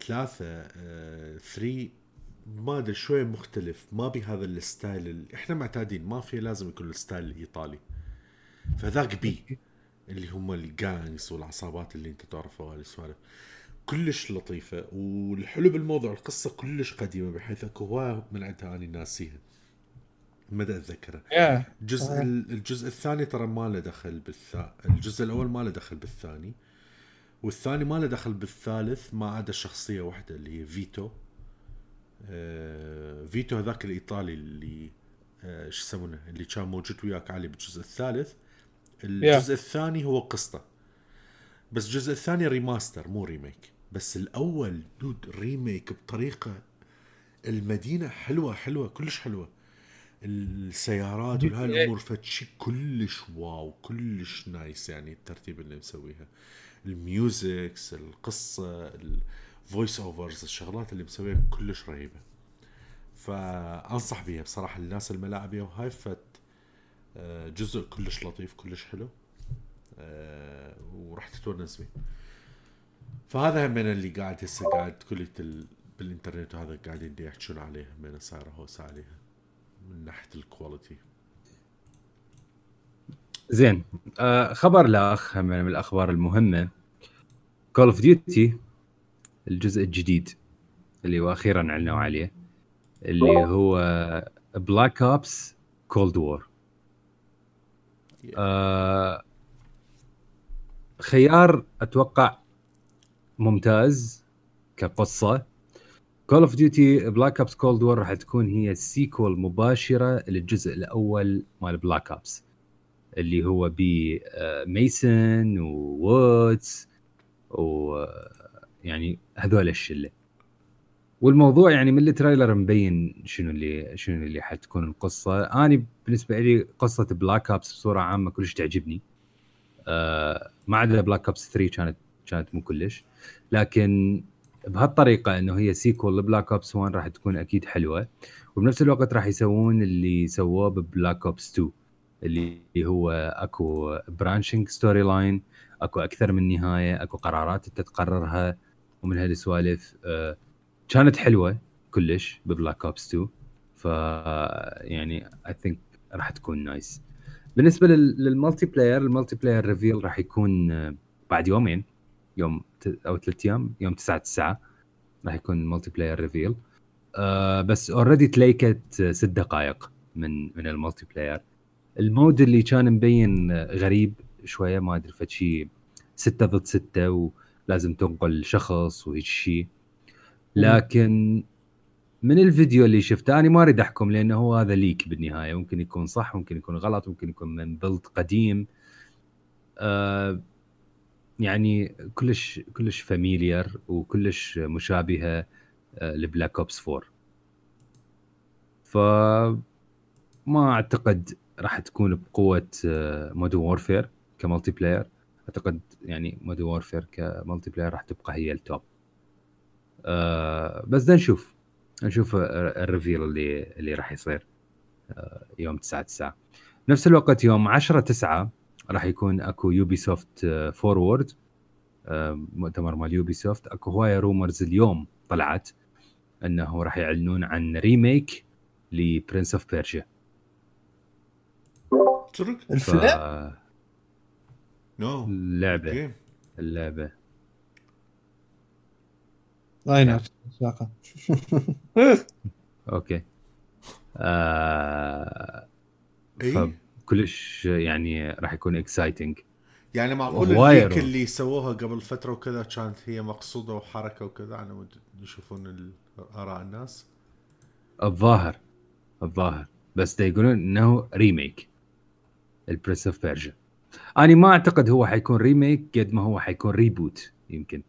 3 ما ادري شوي مختلف، ما بهذا الستايل اللي احنا معتادين. مافيا لازم يكون الستايل الايطالي، فذاك اللي هم الجانجز والعصابات اللي انت تعرفها هالسوالف كلش لطيفة. والحلو بالموضوع القصة كلش قديمة، بحيث اكو هواية من عندها اني ناسيها ما اتذكرها. الجزء الثاني ترى ما له دخل الجزء الاول ما له دخل بالثاني، والثاني ما له دخل بالثالث، ما عدا شخصية واحدة اللي هي فيتو. فيتو هذاك الإيطالي اللي شو يسمونه اللي كان موجود وياك علي بالجزء الثالث. الجزء الثاني هو قصته، بس الجزء الثاني ريماستر مو ريميك. بس الأول دود ريميك بطريقة. المدينة حلوة كلش حلوة، السيارات وهالأمور فتشي كلش واو كلش نايس. يعني الترتيب اللي مسويها، الميوزكس، القصة، الفويس اوفرز، الشغلات اللي مسويها كلش رهيبة. فأنصح بيها بصراحة الناس الملاعبية وهاي. فت جزء كلش لطيف كلش حلو، وراح تتونس بيه. فهذا هم من اللي قاعد هسه قاعد كلية بالإنترنت، وهذا قاعدين يحكون عليها من صار هوس عليها من ناحية الكواليتي.
زين. خبر لاخ من الاخبار المهمه، كول اوف ديوتي الجزء الجديد اللي هو اخيرا اعلنوا عليه، اللي هو بلاك اوبس كولد وور. خيار اتوقع ممتاز كقصه. كول اوف ديوتي بلاك اوبس كولد وور راح تكون هي السيكول مباشره للجزء الاول مال بلاك اوبس، اللي هو بميسن ووودز ويعني هذول الشله. والموضوع يعني من التريلر مبين شنو اللي حتكون القصه. انا بالنسبه لي قصه بلاك اوبس بصوره عامه كلش تعجبني، ما عدا بلاك اوبس 3 كانت مو كلش، لكن بهالطريقه انه هي سيكول لبلاك اوبس 1 راح تكون اكيد حلوه. وبنفس الوقت راح يسوون اللي سووه ببلاك اوبس 2، اللي هو اكو برانشنج ستوري لاين، اكو اكثر من نهايه، اكو قرارات انت تقررها ومن هالسوالف. كانت حلوه كلش ببلاك اوبس 2، ف يعني اي ثينك راح تكون نايس. بالنسبه للمالتي بلاير، المالتي بلاير ريفيل راح يكون بعد يومين، يوم او 3 ايام، يوم 9/9 راح يكون المالتي بلاير ريفيل. بس اوريدي تليكت 6 دقائق من المالتي بلاير. المود اللي كان مبين غريب شويه، ما ادري فشي 6 ضد 6 ولازم تنقل شخص وهيك شيء. لكن من الفيديو اللي شفته، انا ما اريد احكم لانه هو هذا ليك بالنهايه، ممكن يكون صح ممكن يكون غلط، ممكن يكون من بلد قديم. يعني كلش فاميليار وكلش مشابهه لبلاك اوبس 4. فما اعتقد راح تكون بقوه مودرن وورفير كمالتي بلاير. اعتقد يعني مودرن وورفير كمالتي بلاير راح تبقى هي التوب. بس ده نشوف الريفيل اللي راح يصير يوم 9/9. نفس الوقت يوم 10/9 راح يكون اكو يوبي سوفت فورورد، مؤتمر مال يوبي سوفت. اكو هوايه رومرز اليوم طلعت انه راح يعلنون عن ريميك لبرنس اوف بيرجيا.
الفيلم؟
نو
اللعبه
اي نعم شاقه.
اوكي.
إيه؟
فكلش يعني راح يكون اكسايتنج.
يعني معقول الليك اللي سووها قبل فترة وكذا كانت هي مقصودة وحركة وكذا على مود يشوفون آراء الناس؟
الظاهر بس دا يقولون انه ريميك البرنس اوف بيرجيا. انا ما اعتقد هو حيكون ريميك قد ما هو حيكون ريبوت يمكن.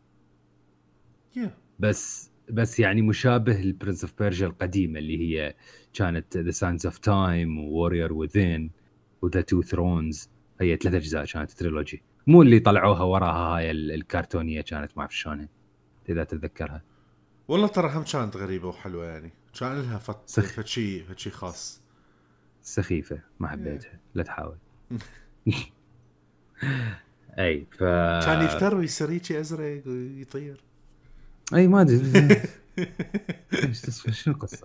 بس يعني مشابه للبرنس اوف بيرجيا القديمة اللي هي كانت ذا ساينز اوف تايم وورير وذين وذا تو ثرونز. هي 3 أجزاء كانت تريلوجي، مو اللي طلعوها وراها هاي الكرتونية كانت ما اعرف شلونها اذا تتذكرها.
والله ترى هم كانت غريبة وحلوة، يعني كان لها فشي خاص.
سخيفة ما حبيتها. لا تحاول. اي
كان يفتر ويصير ازرق ويطير.
اي ما ادري شنو القصة.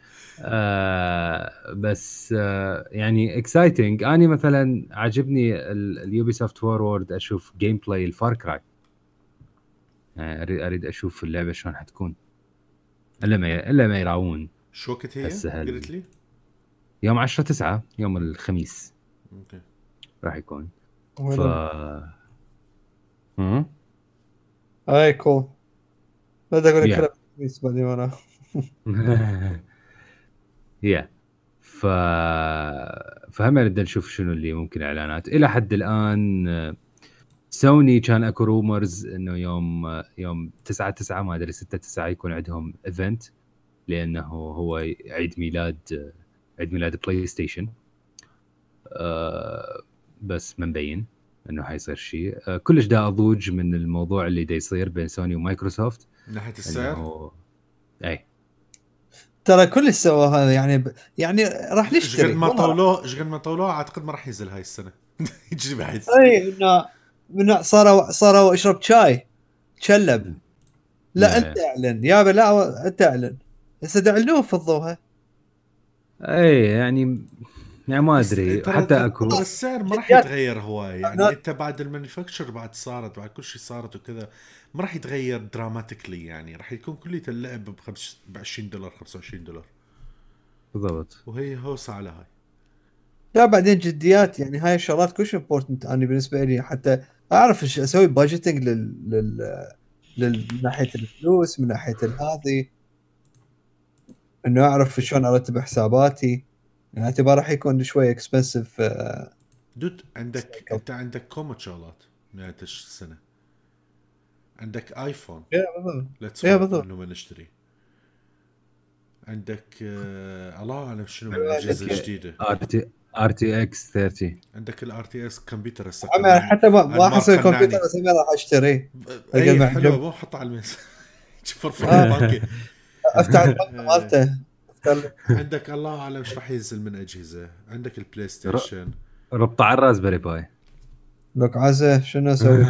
بس يعني اكسايتنج. اني مثلا عجبني اليوبي سوفت فورورد اشوف جيم بلاي الفار كراي. اريد اشوف اللعبه شلون حتكون، الا ما يراون.
شو وقت هي قلت لي؟
يوم 10/9 يوم الخميس.
اوكي
راح يكون.
اي كول. لا اقول لك الخميس بعدين ورا.
فهم نبدا نشوف شنو اللي ممكن اعلانات. الى حد الان سوني كان اكو رومرز انه يوم 9/9 ما ادري 6/9 يكون عندهم ايفنت، لانه هو عيد ميلاد بلاي ستيشن. بس ما مبين انه حيصير شيء. كلش دا اضوج من الموضوع اللي دا يصير بين سوني ومايكروسوفت
من ناحيه السعر.
اي
ترى كل سوى هذا يعني راح نشتري.
قد ما طولوه اعتقد ما راح ينزل هاي السنه. يجي بعد.
اي انه صاروا اشرب شاي تشلب. لا انت اعلن يابا، لا انت اعلن. هسه تعلنوه فضوها.
اي يعني يعني ما
بس
ادري
ترى
حتى اكو
ترى السعر ما راح
جديات.
يتغير هواي يعني. انت بعد المانيفاكتشر بعد صارت بعد كل شيء صارت وكذا ما راح يتغير دراماتيكلي يعني. راح يكون كلية اللعب ب $20 $25
بالضبط.
وهي هوسة على هاي.
لا بعدين جديات يعني هاي الشغلات كلش امبورتنت. انا بالنسبه لي حتى اعرف ايش اسوي بادجيتنج من ناحيه الفلوس، من ناحيه هذه، انه اعرف شلون ارتب حساباتي. يعني اعتبار راح يكون شوي اكسبنسيف.
دود انت عندك كومة شغلات نهاية السنة. عندك ايفون
يا بالضبط.
لا
يا
تسولف
بالضبط.
انه ما نشتري. عندك الله اعلم شنو من اجهزة جديدة.
ار تي اكس 30.
عندك الار تي اس كمبيوتر هسه
عمي حتى ما
انمار
احسن الكمبيوتر
قنعني.
بس ما راح اشتري. اقل
اي
ما
حلوه
عجب
مو حطها على الميز. شوف ارفع الباكي.
افتح البنك مالته افتح
عندك الله اعلم ايش راح ينزل من اجهزه. عندك البلاي ستيشن
ربط على الرازبري باي.
لك عزه شنو اسوي.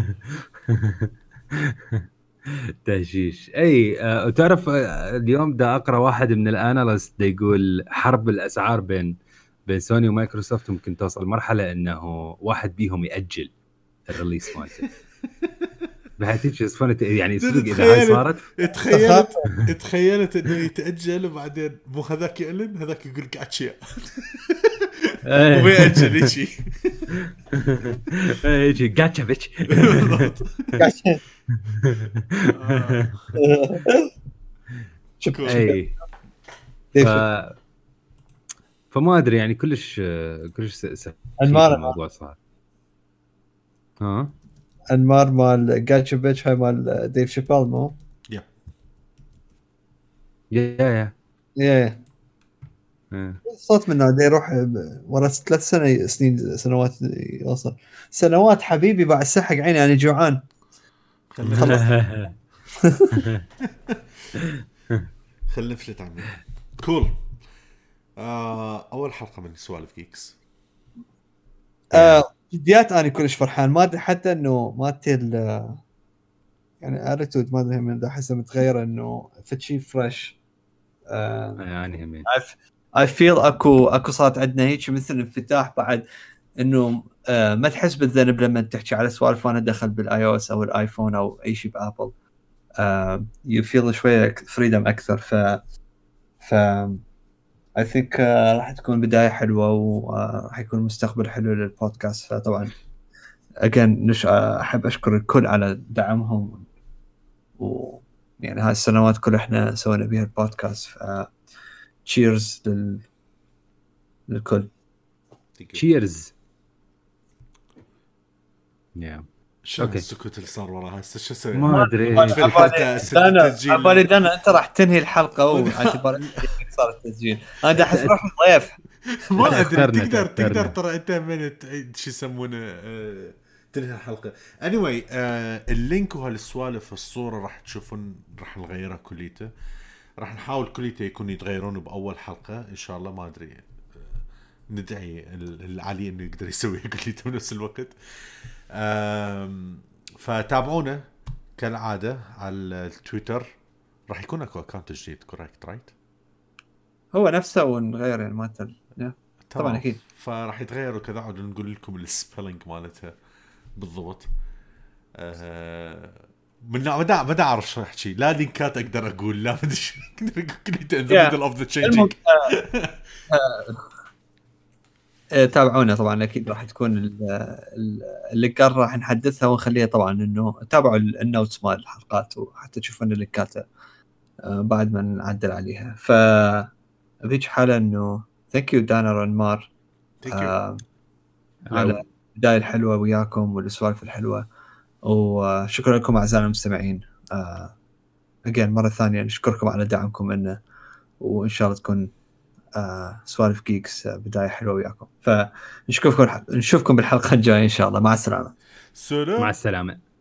تهشيش. اي وتعرف اليوم دا اقرا واحد من الاناليست دا يقول حرب الاسعار بين سوني ومايكروسوفت ممكن توصل مرحله انه واحد بيهم ياجل الريليس مالته. بحيث يعني صدق اذا هاي صارت
تخيلت انه يتاجل وبعدين مو هذاك يعلن هذاك يقول جاتشا ويأجل شيء.
ايش جاتشا بيتش. اي فما ادري يعني كلش الموضوع صار. ها
انمار مال جاتشا بيتش هاي مال ديف شابيل مو
يا
صوت منه ده يروح ورا 3 سنوات يوصل سنوات حبيبي بعد سحق عيني انا جوعان.
خلنا نفلت عمي. كول. اول حلقه من سوالف جيكس.
جديات انا كلش فرحان. ما ادري حتى انه مالتي يعني اتيتود ما ادري من احسها متغيره انه فتشي فريش.
يعني همين
I feel اكو صارت عندنا هيك مثل انفتاح بعد انه ما تحس بالذنب لما تحكي على سوالف وانا دخل بالاي او اس او الايفون او اي شيء بابل. you feel شويه فريدم اكثر. ف I think راح تكون بدايه حلوه وراح يكون مستقبل حلو للبودكاست. فطبعا again احب اشكر الكل على دعمهم ويعني هاي السنوات كلها احنا سوينا بها البودكاست. تشيرز للكل.
تشيرز.
شو السكوت اللي صار وراها هسه شو اسوي؟
ما ادري.
انا انت راح تنهي الحلقه واعتبار صار التسجيل. انا احس روحي ضيف.
ما ادري تقدر ترى انت من شو يسمونه تنهي الحلقه. anyway اللينك وهالسوالف الصوره راح تشوفون راح نغيرها كليته. راح نحاول كليته يكون يتغيرون باول حلقه ان شاء الله. ما ادري ندعي العلي انه يقدر يسوي كليته بنفس الوقت. فتابعونا كالعاده على التويتر. راح يكون اكو اكونت جديد كوريكت رايت
هو نفسه ونغير يعني مالته طبعا اكيد.
فراح يتغير وكذا عاد نقول لكم السبيلنج مالتها بالضبط. من ما اعرف شو احكي. لا لينكات اقدر اقول لا مدري شو اقدر اقول كليته ان ذا ميدل اوف ذا تشينجينج.
تابعونا طبعا اكيد راح تكون اللينكات راح نحدثها ونخليها طبعا انه تابعوا النوتس مال الحلقات وحتى تشوفون اللينكات بعد ما نعدل عليها. فبيج حاله انه ثانك يو دانر انمار على البدايه الحلوه وياكم والسوالف الحلوه. وشكرا لكم اعزائنا المستمعين. again مره ثانيه نشكركم على دعمكم لنا وان شاء الله تكون سوالف جيكس بداية حلوة وياكم. فنشوفكم بالحلقة الجاية إن شاء الله. مع السلامة.
مع السلامة.